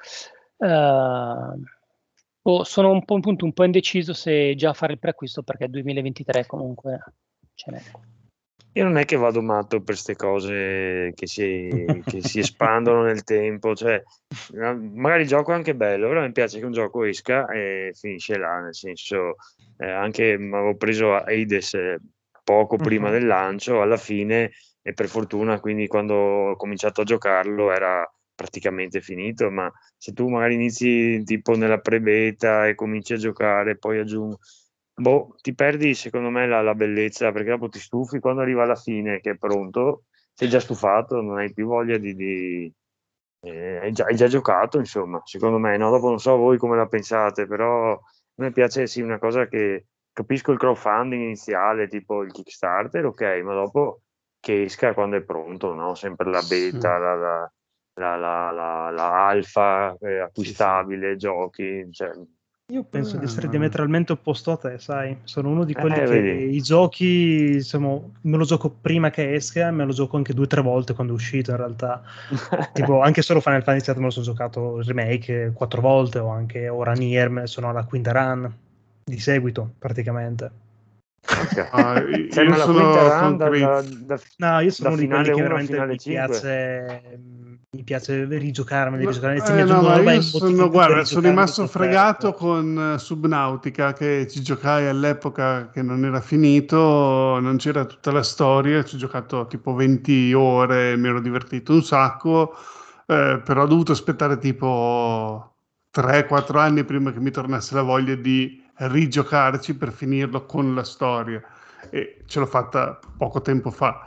Uh, oh, sono un po', appunto, un po' indeciso se già fare il preacquisto perché duemilaventitré comunque ce n'è. Io non è che vado matto per queste cose che si, che si espandono nel tempo, cioè magari il gioco è anche bello, però mi piace che un gioco esca e finisce là, nel senso eh, anche avevo preso Hades eh, poco prima Uh-huh. del lancio, alla fine e per fortuna quindi quando ho cominciato a giocarlo era praticamente finito, ma se tu magari inizi tipo nella pre-beta e cominci a giocare poi aggiungi boh, ti perdi secondo me la, la bellezza perché dopo ti stufi quando arriva alla fine che è pronto, sei già stufato, non hai più voglia di... di eh, hai, già, hai già giocato insomma, secondo me, no? Dopo non so voi come la pensate, però a me piace sì una cosa che capisco il crowdfunding iniziale, tipo il Kickstarter, ok, ma dopo che esca quando è pronto, no? Sempre la beta, Sì. la, la, la, la, la, la alfa eh, acquistabile, Sì, sì. giochi, cioè... Io penso di essere Eh, diametralmente opposto a te, sai? Sono uno di quelli Eh, che vedi. i giochi, insomma, me lo gioco prima che esca, me lo gioco anche due o tre volte quando è uscito in realtà. Tipo, anche solo Final Fantasy sette me lo sono giocato il remake quattro volte, o anche ora Nier, me ne sono alla quinta run, di seguito, praticamente. Okay. Ah, Cioè, io ma la quinta sono run con da, da, Chris. da, No, io da sono uno di quelli finale che uno a veramente finale mi cinque. piace, mi piace rigiocarmeli, No, rigiocarmeli. Se mi eh, no, aggiungono ma roba io e motivi sono, in più per guarda, sono rigiocarli, rimasto mi diverto. fregato con eh, Subnautica che ci giocai all'epoca che non era finito, non c'era tutta la storia, ci ho giocato tipo venti ore, mi ero divertito un sacco, eh, però ho dovuto aspettare tipo tre quattro anni prima che mi tornasse la voglia di rigiocarci per finirlo con la storia e ce l'ho fatta poco tempo fa,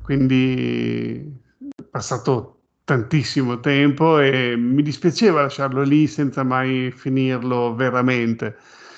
quindi è passato tantissimo tempo e mi dispiaceva lasciarlo lì senza mai finirlo veramente.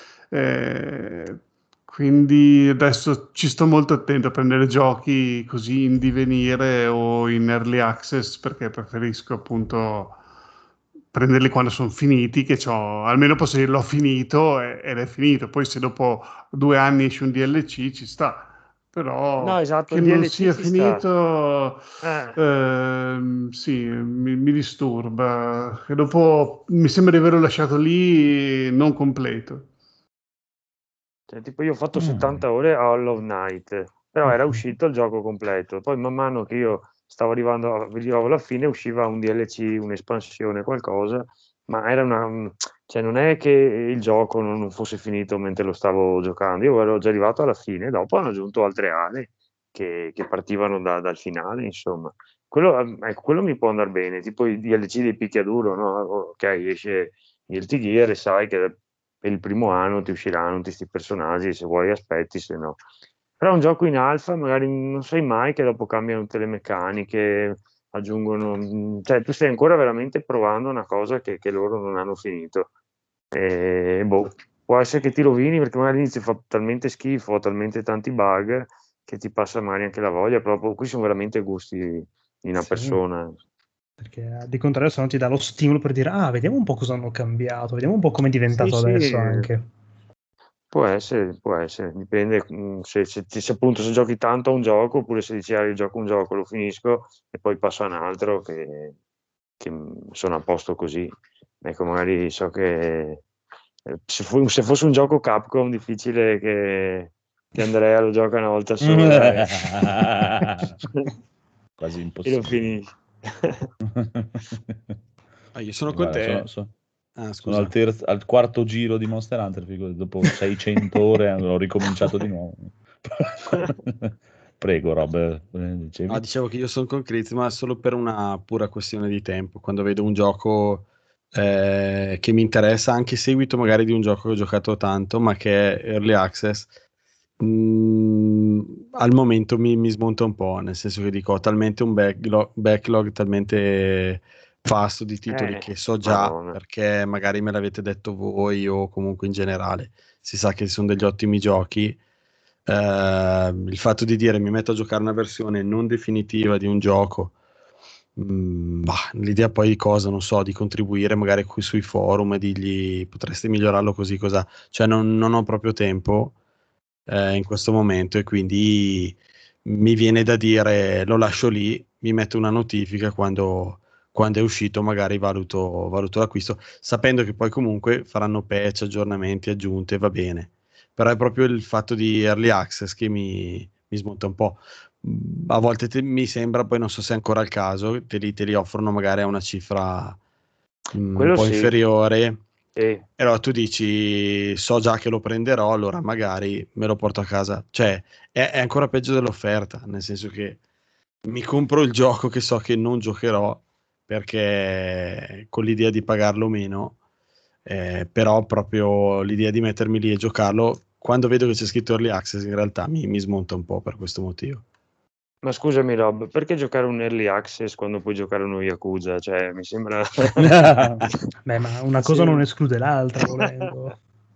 Eh, quindi adesso ci sto molto attento a prendere giochi così in divenire o in early access perché preferisco appunto prenderli quando sono finiti, che c'ho, almeno posso dire l'ho finito e- ed è finito. Poi se dopo due anni esce un D L C ci sta, No, però esatto, che il non D L C sia ci sta. finito, Eh, ehm, sì, mi, mi disturba. E dopo mi sembra di averlo lasciato lì non completo. cioè, tipo io ho fatto Mm. settanta ore a Hollow Knight, però era uscito il gioco completo. Poi man mano che io stavo arrivando, arrivavo alla fine, usciva un D L C, un'espansione, qualcosa, ma era una... Cioè, non è che il gioco non non fosse finito mentre lo stavo giocando, io ero già arrivato alla fine, dopo hanno aggiunto altre aree che, che partivano da- dal finale, insomma. Quello, ehm, ecco, quello mi può andare bene, tipo i D L C dei picchiaduro, no? Ok, esce Guilty Gear e sai che per il primo anno ti usciranno tutti questi personaggi, se vuoi aspetti, se no. Però un gioco in alfa magari non sai mai che dopo cambiano tutte le meccaniche, aggiungono... mm, Cioè tu stai ancora veramente provando una cosa che, che loro non hanno finito. E, boh, può essere che ti rovini perché magari all'inizio fa talmente schifo, ha talmente tanti bug che ti passa magari anche la voglia, proprio qui sono veramente gusti di una Sì, persona. perché di contrario se no ti dà lo stimolo per dire, ah, vediamo un po' cosa hanno cambiato, vediamo un po' come è Sì, diventato sì, adesso anche. può essere, può essere, dipende mm, se, se, se appunto se giochi tanto a un gioco oppure se dici ah, io gioco un gioco, lo finisco e poi passo a un altro che, che, mm, sono a posto così. Ecco, magari so che eh, se, fu- se fosse un gioco Capcom difficile che, che Andrea lo gioca una volta sola e, Quasi e lo impossibile. finisce. Ah, io sono con Guarda, sono, te. so- Ah, Sono al, scusa. terzo, al quarto giro di Monster Hunter, figurati, dopo seicento ore ho ricominciato di nuovo. Prego, Rob, eh, dicevi? No, dicevo che io sono con Chris, ma solo per una pura questione di tempo. Quando vedo un gioco eh, che mi interessa, anche seguito magari di un gioco che ho giocato tanto, ma che è Early Access, mh, al momento mi, mi smonta un po', nel senso che dico, ho talmente un backlog, backlog talmente vasto di titoli Eh, che so già, Madonna. perché magari me l'avete detto voi o comunque in generale, si sa che sono degli ottimi giochi. Eh, il fatto di dire mi metto a giocare una versione non definitiva di un gioco, mh, bah, l'idea poi di cosa, non so, di contribuire magari qui sui forum e dirgli potreste migliorarlo così, cosa, cioè non, non ho proprio tempo eh, in questo momento e quindi mi viene da dire lo lascio lì, mi metto una notifica quando, quando è uscito, magari valuto, valuto l'acquisto, sapendo che poi comunque faranno patch, aggiornamenti, aggiunte, va bene. Però è proprio il fatto di early access che mi, mi smonta un po'. Mm, A volte te- mi sembra, poi non so se è ancora il caso, te li, te li offrono magari a una cifra mm, un Quello po' sì. inferiore. E E allora tu dici, so già che lo prenderò, allora magari me lo porto a casa. Cioè, è, è ancora peggio dell'offerta, nel senso che mi compro il gioco che so che non giocherò perché con l'idea di pagarlo meno, eh, però proprio l'idea di mettermi lì e giocarlo, quando vedo che c'è scritto Early Access, in realtà mi, mi smonta un po' per questo motivo. Ma scusami Rob, perché giocare un early access quando puoi giocare uno Yakuza? Cioè, mi sembra... Beh, ma una cosa Sì. non esclude l'altra, volendo.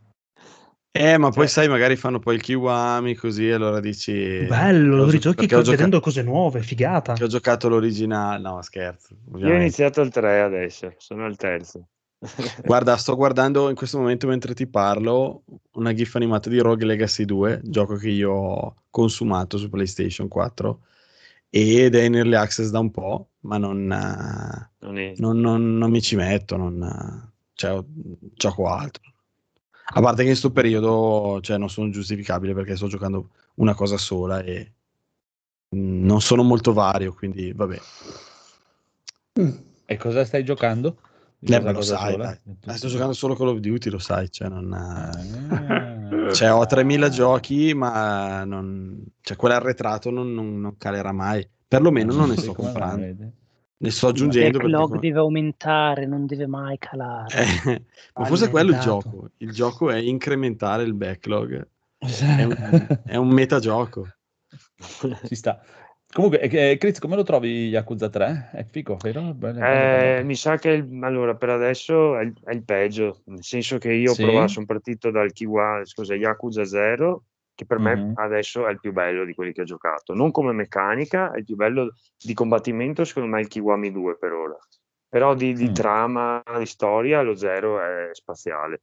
Eh, ma poi Cioè, sai, magari fanno poi il Kiwami così, allora dici Bello, che ho, lo gio- rigiochi perché ho, co- gioca- vedendo cose nuove, che figata. ho giocato l'originale. No, scherzo, io ho ovviamente. iniziato al tre adesso, sono al terzo. Guarda, sto guardando in questo momento mentre ti parlo una GIF animata di Rogue Legacy due, gioco che io ho consumato su PlayStation quattro ed è in early access da un po', ma non, eh, Non è... non- non- non mi ci metto, non, eh, cioè, ho- gioco altro. A parte che in questo periodo, cioè, non sono giustificabile perché sto giocando una cosa sola e mm, non sono molto vario, quindi vabbè. E cosa stai giocando? Di Eh, cosa beh, lo cosa sai, sola? dai. Eh, sto giocando solo Call of Duty, lo sai, cioè non... Ah. Cioè, ho tremila giochi, ma non... cioè, quello arretrato non, non- non calerà mai. Perlomeno Ah, non ne sì, sto come mai, comprando. vedi? Ne sto Il aggiungendo perché... backlog come- deve aumentare, non deve mai calare. Eh, ma forse è quello il Alimentato. gioco. Il gioco è incrementare il backlog. È un, è un metagioco. Ci sta. Comunque, eh, Chris, come lo trovi Yakuza tre? È figo, vero? Bello, bello, Eh, bello. mi sa che il- allora per adesso è il, è il peggio, nel senso che io ho provato, Sì? sono partito dal Kiwa, scusa, Yakuza zero, che per me Mhm. adesso è il più bello di quelli che ho giocato. Non come meccanica, è il più bello di combattimento, secondo me è il Kiwami due per ora. Però di, di Mm. trama, di storia, lo zero è spaziale.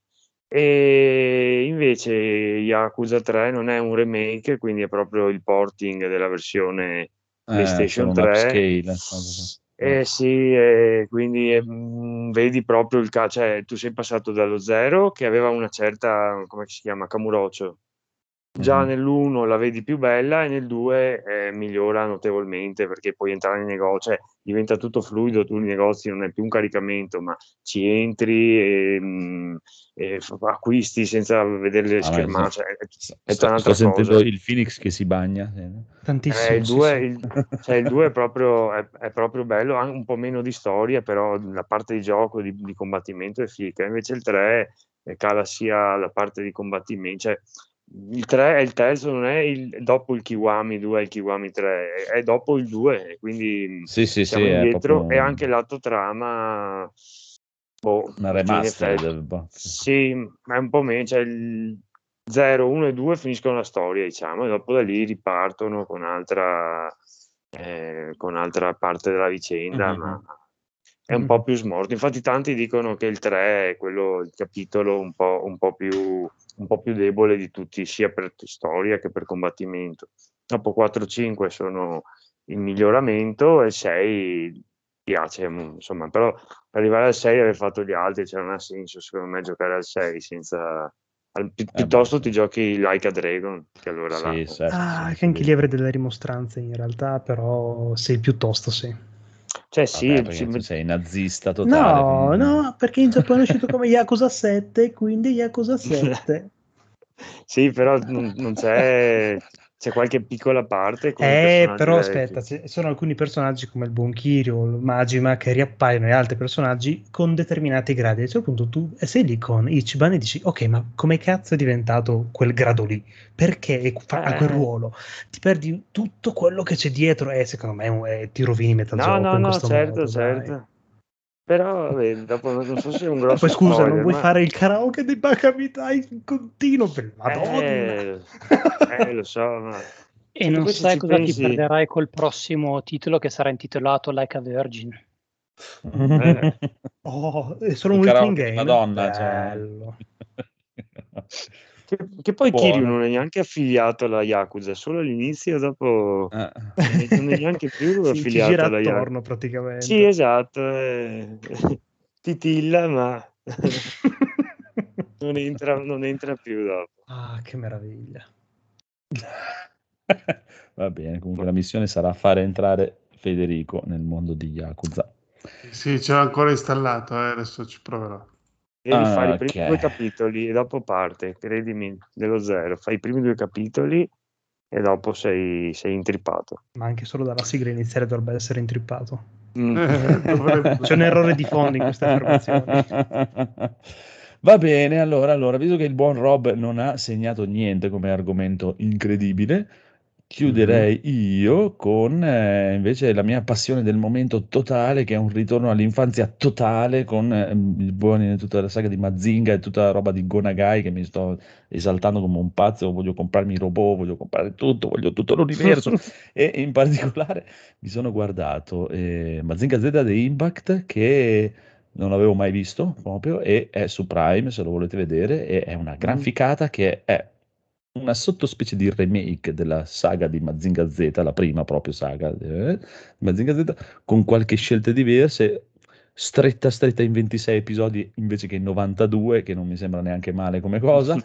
E invece Yakuza tre non è un remake, quindi è proprio il porting della versione Eh, PlayStation solo un tre. upscale. Eh. Eh sì, e quindi eh, mh, vedi proprio il ca- cioè tu sei passato dallo zero che aveva una certa, come si chiama, Kamurocho. Già Mhm. nell'uno la vedi più bella e nel due eh, migliora notevolmente perché puoi entrare nei negozi, cioè diventa tutto fluido, tu nei negozi non è più un caricamento, ma ci entri e, mh, e f- acquisti senza vedere le Ah, ma schermate, so- cioè, è, sto, è tutta sto- sto un'altra sentendo cosa. il Phoenix che si bagna. Eh, il Tantissimo, sì, due, sì. il, cioè, il due è proprio, è, è proprio bello, ha un po' meno di storia, però la parte di gioco, di, di combattimento è figa. Invece il tre eh, cala sia la parte di combattimento, cioè il tre è il terzo, non è il, dopo il Kiwami due e il Kiwami tre, è, è dopo il due, quindi Sì, sì, sì, siamo è proprio indietro e anche lato trama, boh, una perché in effetti remastered. boh. sì, ma è un po' meno, cioè il zero, uno e due finiscono la storia, diciamo, e dopo da lì ripartono con altra, eh, con altra parte della vicenda, ma Mhm. è un po' più smorto. Infatti tanti dicono che il tre è quello, il capitolo un po', un po' più, un po' più debole di tutti, sia per storia che per combattimento. Dopo quattro cinque sono in miglioramento e sei piace, insomma, però per arrivare al sei aver fatto gli altri, cioè non ha senso secondo me giocare al sei senza... al- pi- Eh beh, piuttosto ti giochi Like a Dragon, che allora là... sì, certo, Ah, sì, che sì, anche lì avrei delle rimostranze in realtà, però sì, piuttosto sì. Cioè sì, Vabbè, ci perché tu met- sei nazista totale. No, quindi- no, perché in Giappone è uscito come Yakuza sette, quindi Yakuza sette. sì, però non, non c'è, c'è qualche piccola parte con i Eh, personaggi però vecchi. aspetta, ci sono alcuni personaggi come il buon Kirio, il Majima, che riappaiono e altri personaggi con determinati gradi. A un certo punto tu sei lì con Ichiban e dici, ok, ma come cazzo è diventato quel grado lì? Perché fa ha quel Eh, ruolo? Ti perdi tutto quello che c'è dietro e secondo me eh, ti rovini metà no, gioco no, in no, questo certo, modo, dai. certo. Però vabbè, dopo non so se è un E poi grosso scusa, non spoiler, vuoi ma fare il karaoke dei Bakamitai in continuo? Per Madonna! eh, eh, lo so, ma E cioè, non poi se sai ci cosa ti pensi, perderai col prossimo titolo che sarà intitolato Like a Virgin. eh, Oh, è solo Il un role-playing karaoke di game? Madonna, cioè. Bello. che, che poi Kiryu Buono. non è neanche affiliato alla Yakuza, solo all'inizio, dopo Eh. non è, non è neanche più Sì, ci gira affiliato alla Yakuza. attorno Sì, praticamente. esatto, eh, titilla, ma non entra, non entra più dopo. Ah, che meraviglia. Va bene, comunque la missione sarà fare entrare Federico nel mondo di Yakuza. Sì, ce l'ho ancora installato, eh, adesso ci proverò. Devi fare i Ah, primi ok. due capitoli e dopo parte, credimi, dello zero. Fai i primi due capitoli e dopo sei, sei intrippato. Ma anche solo dalla sigla iniziale dovrebbe essere intrippato. Mm. Eh, dovrebbe. C'è un errore di fondo in queste affermazioni. Va bene, allora, allora, visto che il buon Rob non ha segnato niente come argomento incredibile, chiuderei io con eh, invece la mia passione del momento totale, che è un ritorno all'infanzia totale con eh, il buon, tutta la saga di Mazinga e tutta la roba di Go Nagai che mi sto esaltando come un pazzo. Voglio comprarmi i robot, voglio comprare tutto, voglio tutto l'universo e in particolare mi sono guardato eh, Mazinga Z The Impact, che non l'avevo mai visto proprio, e è su Prime se lo volete vedere, e è una gran Mm. ficata, che è una sottospecie di remake della saga di Mazinga Z, la prima proprio saga eh, di Mazinga Z, con qualche scelte diverse, stretta stretta in ventisei episodi invece che in novantadue, che non mi sembra neanche male come cosa,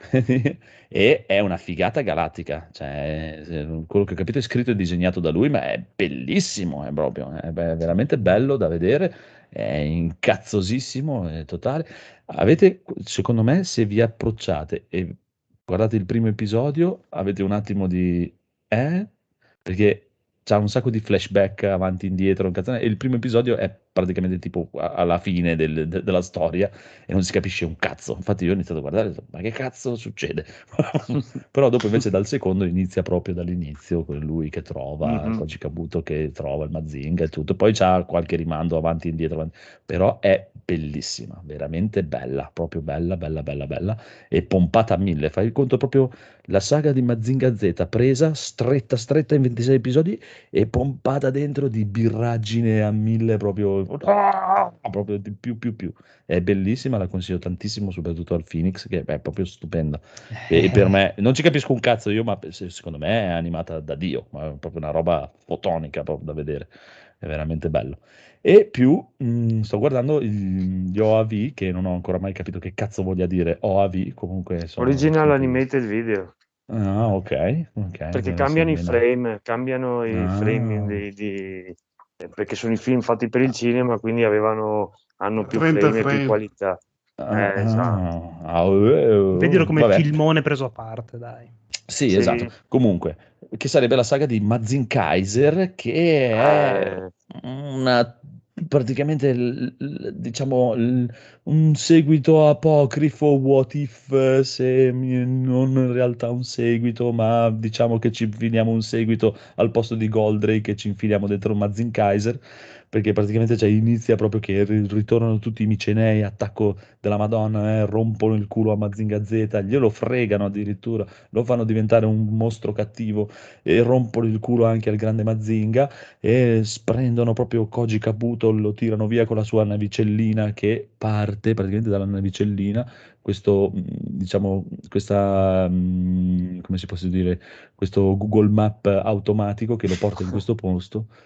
e è una figata galattica, cioè eh, quello che ho capito è scritto e disegnato da lui, ma è bellissimo, è proprio, è be- veramente bello da vedere, è incazzosissimo, è totale. Avete, secondo me, se vi approcciate e guardate il primo episodio, avete un attimo di eh? Perché c'ha un sacco di flashback avanti e indietro, un cazzone, e il primo episodio è praticamente tipo a- alla fine del- de- della storia e non si capisce un cazzo. Infatti io ho iniziato a guardare e ho detto, ma che cazzo succede? Però dopo invece dal secondo inizia proprio dall'inizio, con lui che trova Mhm. Koji Kabuto, che trova il Mazinga e tutto. Poi c'ha qualche rimando avanti e indietro, avanti- però è bellissima, veramente bella, proprio bella, bella, bella, bella e pompata a mille. Fai il conto proprio la saga di Mazinga Z presa stretta stretta in ventisei episodi e pompata dentro di birraggine a mille, proprio, ah, proprio di più più più. È bellissima, la consiglio tantissimo, soprattutto al Phoenix, che è proprio stupenda. E, e per me, non ci capisco un cazzo io, ma se- secondo me è animata da Dio, ma è proprio una roba fotonica proprio da vedere. È veramente bello. E più, mh, sto guardando il- gli O A V, che non ho ancora mai capito che cazzo voglia dire O A V, comunque sono Original sempre... Animated Video, Ah, ok, ok, perché adesso cambiano i me la- frame, cambiano i frame Ah, di, di- eh, perché sono i film fatti per il cinema, quindi avevano, hanno più trenta frame e più frame. qualità. ah, Eh, esatto. ah, ah, eh, Vedilo oh, come vabbè. filmone preso a parte, dai. Sì, esatto. Sì, Comunque, che sarebbe la saga di Mazin Kaiser, che è eh, una, praticamente, l- l- diciamo, l- un seguito apocrifo, what if, eh, se mi- non in realtà un seguito, ma diciamo che ci infiliamo un seguito al posto di Goldrake e ci infiliamo dentro Mazin Kaiser, perché praticamente cioè, inizia proprio che ri- ritornano tutti i micenei, attacco della Madonna, eh, rompono il culo a Mazinga Z, glielo fregano addirittura, lo fanno diventare un mostro cattivo e rompono il culo anche al grande Mazinga e prendono proprio Koji Kabuto, lo tirano via con la sua navicellina, che parte praticamente dalla navicellina, questo, mh, diciamo, questa, mh, come si può dire, questo Google Map automatico che lo porta in questo posto.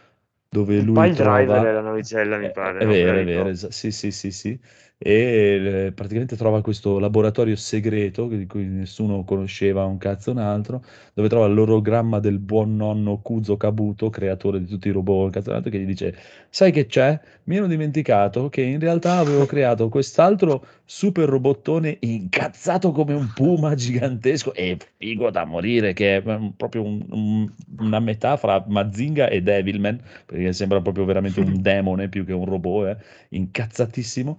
dove Un lui pile driver è trova... la navicella, mi È, pare, è no? vero, Per è vero, Harry esa- sì, sì, sì, sì. E eh, praticamente trova questo laboratorio segreto di cui nessuno conosceva un cazzo un altro, dove trova l'orogramma del buon nonno Kuzo Kabuto, creatore di tutti i robot, un cazzo un altro, che gli dice: Sai che c'è? Mi ero dimenticato che in realtà avevo creato quest'altro super robottone incazzato come un puma gigantesco e figo da morire, che è mm, proprio un- un- una metà fra Mazinga e Devilman, perché sembra proprio veramente un demone più che un robot, eh, incazzatissimo.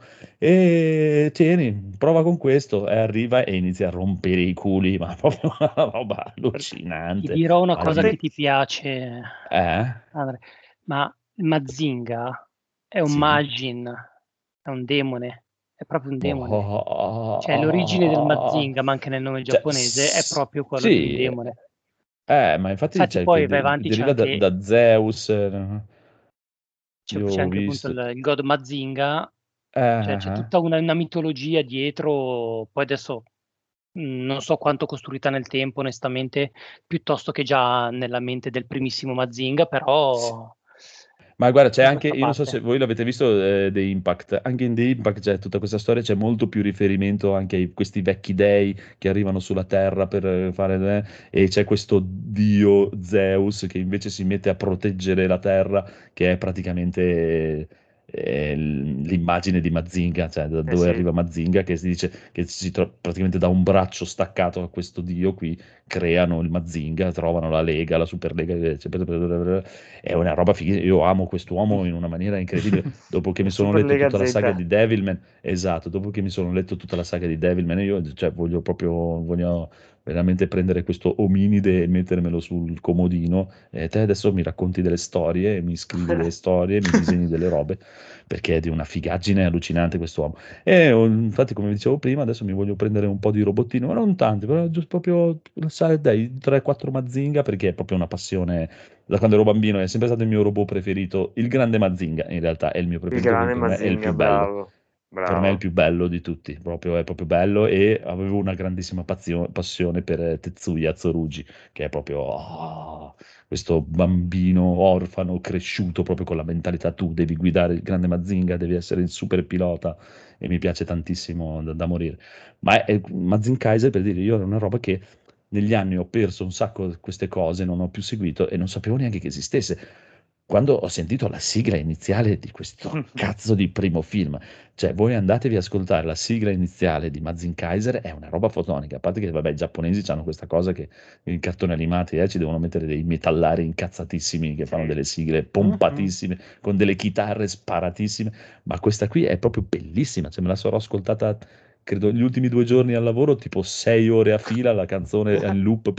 E tieni, prova con questo, e arriva e inizia a rompere i culi, ma proprio una roba Ti allucinante. dirò una Ma cosa di... che ti piace, Eh? Andre, ma Mazinga è un Sì. Majin, è un demone, è proprio un demone. Cioè l'origine del Oh, Mazinga, ma anche nel nome cioè, giapponese, è s- proprio quello di un sì, demone. eh, ma infatti Infatti cioè, que- poi vai de- avanti, c'è deriva da, anche, da Zeus, eh, c'è, io c'è ho anche appunto visto. il, il God Mazinga, Eh, cioè eh, c'è eh. tutta una, una mitologia dietro, poi adesso mh, non so quanto costruita nel tempo, onestamente, piuttosto che già nella mente del primissimo Mazinga, Sì. però Ma guarda, c'è da anche, questa io non so se parte. voi l'avete visto, eh, The Impact, anche in The Impact c'è tutta questa storia, c'è molto più riferimento anche a questi vecchi dei che arrivano sulla Terra per eh, fare, eh, e c'è questo dio Zeus che invece si mette a proteggere la Terra, che è praticamente eh, l'immagine di Mazinga, cioè da Eh dove sì. arriva Mazinga, che si dice che si tro- praticamente da un braccio staccato a questo dio qui creano il Mazinga, trovano la Lega, la Superlega, eccetera. È una roba fighissima. Io amo quest'uomo in una maniera incredibile. Dopo che mi La sono letto Superlega tutta la saga Z. di Devilman, esatto, dopo che mi sono letto tutta la saga di Devilman, io cioè, voglio proprio voglio veramente prendere questo ominide e mettermelo sul comodino. E te adesso mi racconti delle storie, mi scrivi delle storie, mi disegni delle robe, perché è di una figaggine allucinante quest'uomo. E oh, infatti, come dicevo prima, adesso mi voglio prendere un po' di robottini, ma non tanti, però giusto proprio, sai, dai, tre quattro Mazinga, perché è proprio una passione da quando ero bambino, è sempre stato il mio robot preferito. Il grande Mazinga, in realtà, è il mio Il preferito, grande quindi per me è il più Mazinga, bello. bravo. Per me è il Bravo. più bello di tutti, proprio, è proprio bello e avevo una grandissima pazio- passione per eh, Tetsuya Tsurugi, che è proprio oh, questo bambino orfano cresciuto proprio con la mentalità tu devi guidare il grande Mazinga, devi essere il super pilota e mi piace tantissimo da, da morire. Ma è, Mazin Kaiser, per dire, io è una roba che negli anni ho perso un sacco di queste cose, non ho più seguito e non sapevo neanche che esistesse. Quando ho sentito la sigla iniziale di questo cazzo di primo film, cioè voi andatevi ad ascoltare la sigla iniziale di Mazin Kaiser, è una roba fotonica, a parte che vabbè, i giapponesi hanno questa cosa che in cartoni animati eh, ci devono mettere dei metallari incazzatissimi che fanno Sì. delle sigle Mhm. pompatissime, con delle chitarre sparatissime, ma questa qui è proprio bellissima, cioè me la sarò ascoltata credo gli ultimi due giorni al lavoro, tipo sei ore a fila, la canzone in loop,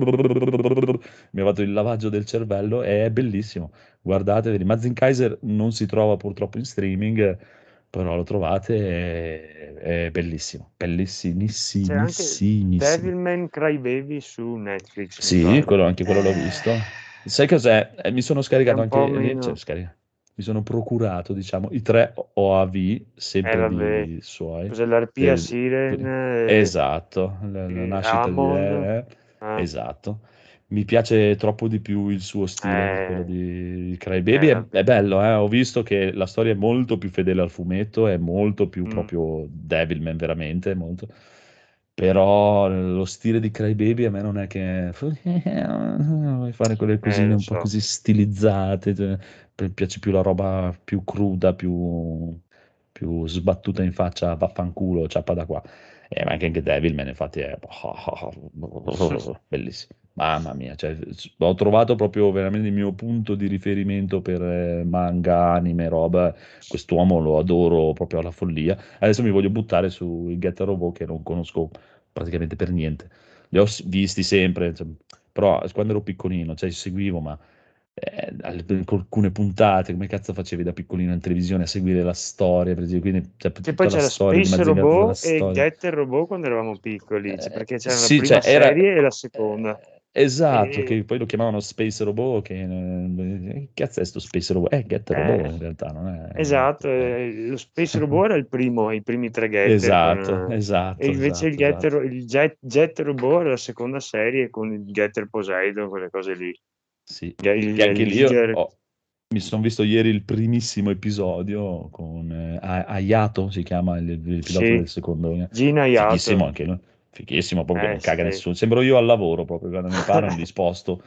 mi ha fatto il lavaggio del cervello, è bellissimo, guardatevi, Mazin Kaiser non si trova purtroppo in streaming, però lo trovate, è, è bellissimo, C'è anche bellissimissimissimo. Devilman Crybaby su Netflix, mi Sì, pare. quello, anche quello l'ho Eh, visto. Sai cos'è? Eh, mi sono è scaricato un po' anche, eh, cioè, meno. scarica- mi sono procurato, diciamo, i tre O A V, Eh, sempre vabbè. di suoi. Cos'è l'Arpia del- Siren e, esatto, la, la e nascita di... Hammond? eh, Eh, esatto. Mi piace troppo di più il suo stile che quello eh, di eh, Crybaby. È, è vabbè. bello, eh? Ho visto che la storia è molto più fedele al fumetto, è molto più Mm. proprio Devilman, veramente, molto. Però lo stile di Crybaby a me non è che vuoi fare quelle Eh, cosine lo un po' so. così stilizzate, cioè, mi piace più la roba più cruda, più, più sbattuta in faccia, vaffanculo, ciappa da qua. E anche anche Devilman, infatti, è bellissimo. Mamma mia, cioè, ho trovato proprio veramente il mio punto di riferimento per eh, manga, anime, roba. Quest'uomo lo adoro proprio alla follia. Adesso mi voglio buttare sui Get a Robot che non conosco praticamente per niente. Li ho s- visti sempre, cioè, però quando ero piccolino, cioè, seguivo, ma eh, al- alcune puntate, come cazzo facevi da piccolino in televisione a seguire la storia, per esempio, quindi cioè, Che poi tutta la c'era storia di Space Mazinga, tutta la Robot e storia. Getter Robot quando eravamo piccoli, cioè, Eh, perché c'era la sì, prima cioè era serie e la seconda. eh, esatto, E, che poi lo chiamavano Space Robot, che eh, che cazzo è sto Space Robot? È Get eh, Robot in realtà, non è... esatto, eh. eh, lo Space Robot era il primo, i primi tre Getter con, Esatto, eh, e esatto, invece il, esatto, Getter, esatto. il Jet, Jet Robot era la seconda serie con il Getter Poseidon, quelle cose lì. Sì, Il, che il anche lì io leader. ho- mi sono visto ieri il primissimo episodio con eh, A- Ayato, si chiama il, il pilota Sì, del secondo. eh. Gina Fighissimo Iato. anche lui. Fighissimo, proprio che Eh non caga sì. nessuno. Sembro io al lavoro proprio, quando mi parlano li sposto.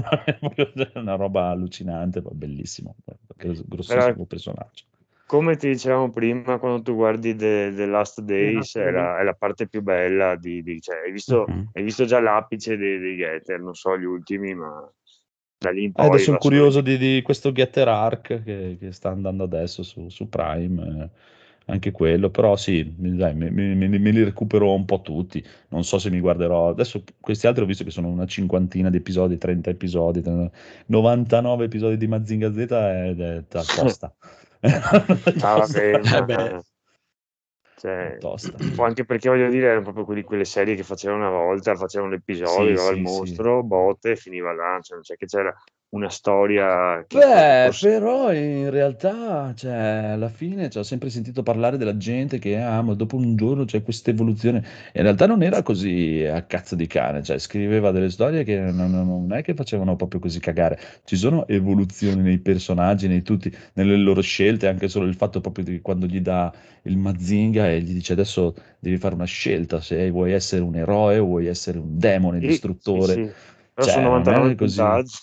È una roba allucinante, ma bellissimo. Gros- Però Grossissimo personaggio. come ti dicevamo prima, quando tu guardi The, The Last The Days, Last è Days. la, è la parte più bella di, di- cioè, hai visto, Mhm. hai visto già l'apice dei, dei Getter, non so gli ultimi, ma da lì in Eh, Ed poi sono va solo curioso di... di, di questo Getter Arc che, che sta andando adesso su, su Prime, eh, anche quello, però sì, mi- dai, me, me- me- me li recupero un po' tutti, non so se mi guarderò, adesso questi altri ho visto che sono una cinquantina di episodi, trenta episodi, novantanove episodi di Mazinga Z ed è ta- tosta. Ah, vabbè, Tosta, Eh beh, ma... Cioè, tosta. poi anche perché voglio dire, erano proprio quelli- quelle serie che facevano una volta, facevano l'episodio, Sì, arrivava il sì, sì. mostro, botte, e finiva là, cioè non c'è che c'era una storia che pos- Beh, pos- però in realtà, cioè, alla fine cioè, ho sempre sentito parlare della gente che, ah, ma dopo un giorno c'è questa evoluzione. In realtà non era così a cazzo di cane, cioè, scriveva delle storie che non, non- non è che facevano proprio così cagare. Ci sono evoluzioni nei personaggi, nei tutti, nelle loro scelte, anche solo il fatto proprio di quando gli dà il Mazinga e gli dice adesso devi fare una scelta, se vuoi essere un eroe o vuoi essere un demone sì, sì, distruttore. sì. Però sono Cioè, non novantanove è così. puntate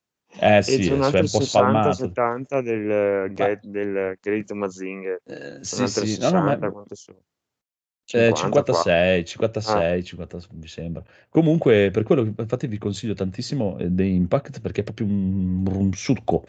Eh e sì, ci è, sono è altre un po' spalmato. sessanta settanta del, Ma Get- del Great Mazinger. eh, Sono sì, altre sì, no, no, ma sessanta, quante sono? eh, cinquanta qua. cinquantasei, Ah, cinquantasei, cinquanta mi sembra. Comunque, per quello, che- infatti, vi consiglio tantissimo eh, The Impact perché è proprio un, un succo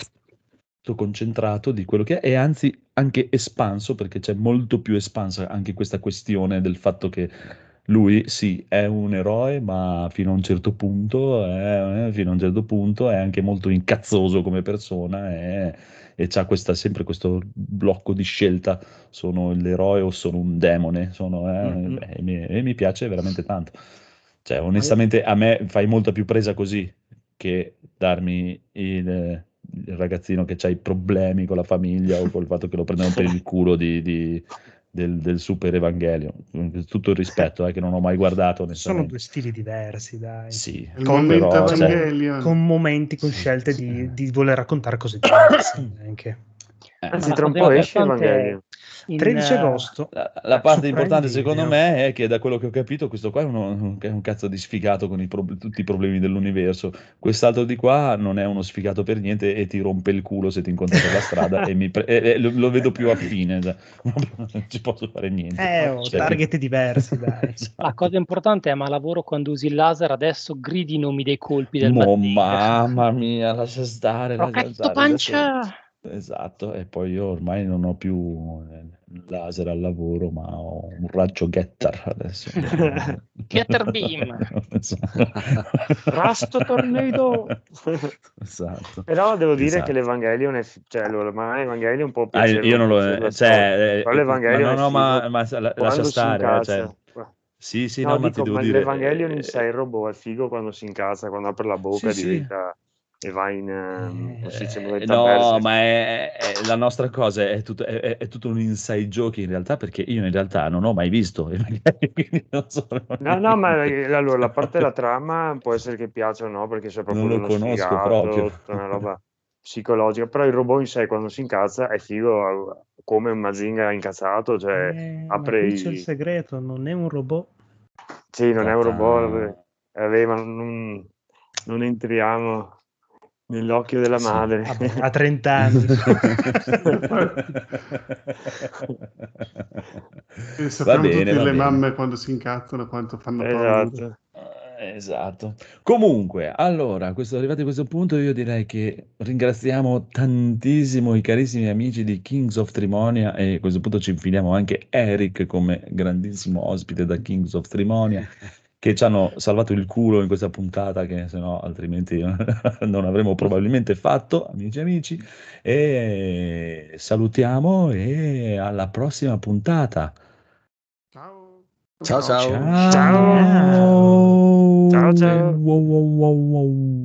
tutto concentrato di quello che è, e anzi anche espanso perché c'è molto più espansa anche questa questione del fatto che lui sì è un eroe, ma fino a un certo punto è, eh, fino a un certo punto è anche molto incazzoso come persona e, e c'ha questa, sempre questo blocco di scelta: sono l'eroe o sono un demone, sono, eh, Mm-mm. beh, e mi, e mi piace veramente tanto. Cioè, Ma io- onestamente, a me fai molta più presa così che darmi il, il ragazzino che ha i problemi con la famiglia o col fatto che lo prendono per il culo di, di- del, del Super Evangelion. Tutto il rispetto, eh, che non ho mai guardato, Sono due onestamente. stili diversi, dai. Sì, È il Con, momento però, con cioè, mo- Evangelion. con momenti, con sì, scelte sì. di, di voler raccontare cose diverse anche. Eh, Ma anzi, la tra un cosa po' esce importante è Evangelion. in, tredici eh, agosto La, la su parte Prime importante secondo Video. me è che, da quello che ho capito, questo qua è, uno, è un cazzo di sfigato con i prob- tutti i problemi dell'universo. Quest'altro di qua non è uno sfigato per niente e ti rompe il culo se ti incontra per la strada e, mi pre- e- e lo, lo vedo più affine, cioè, non ci posso fare niente. Eh, Ma oh, Cioè, c'è- che- target diversi, dai. la Esatto. cosa importante è: ma lavoro quando usi il laser, adesso gridi i nomi dei colpi del Mo, Mazinger. mamma mia, lascia stare, lascia Rocchetto stare. Adesso... pancia! Esatto, e poi io ormai non ho più eh, il laser al lavoro, ma ho un raggio getter adesso. Getter beam! Esatto. Rasto Tornado! Esatto, Però devo dire che esatto. l'Evangelion è, fi- cioè, allora, ma Evangelion può Ah, piacere o io non non piacere lo... la storia, Cioè, però eh, ma l'Evangelion no, è no, ma, figo ma la- lascia quando si stare, eh, cioè... incazza. Sì, sì, No, no, ma ti dico, devo ma dire... l'Evangelion in sé, eh, il robot, è figo quando si incazza, quando apre la sì, bocca sì. diventa e va in, ehm, come si dice, Eh, modalità no, Berserk. ma è, è- la nostra cosa è tutto, è, è- è tutto un inside joke in realtà, perché io in realtà non ho mai visto, e magari quindi non so No, no, ma niente. eh, allora la Cioè, parte proprio della trama può essere che piaccia o no, perché sei non proprio lo uno conosco proprio. sfigato, tutta una roba psicologica, però il robot in sé quando si incazza è figo eh, come un Mazinga incazzato, cioè Eh, ma apre qui c'è il i... segreto, non è un robot. Sì, non è un robot, vabbè, Ta-ta. vabbè, ma non, non entriamo nell'occhio della Sì. madre. Vabbè, ha trenta anni. E Va sappiamo bene, tutti va le bene. mamme quando si incazzano, quanto fanno paura. Esatto. Eh, Esatto. Comunque, allora, questo, arrivati a questo punto, io direi che ringraziamo tantissimo i carissimi amici di Kings of Trimonia, e a questo punto ci infiliamo anche Eric come grandissimo ospite da Kings of Trimonia, che ci hanno salvato il culo in questa puntata, che se no altrimenti non avremmo probabilmente fatto, amici e amici. E salutiamo e alla prossima puntata. Ciao. Ciao ciao. Ciao. Ciao. Ciao, ciao. Wow, wow, wow, wow.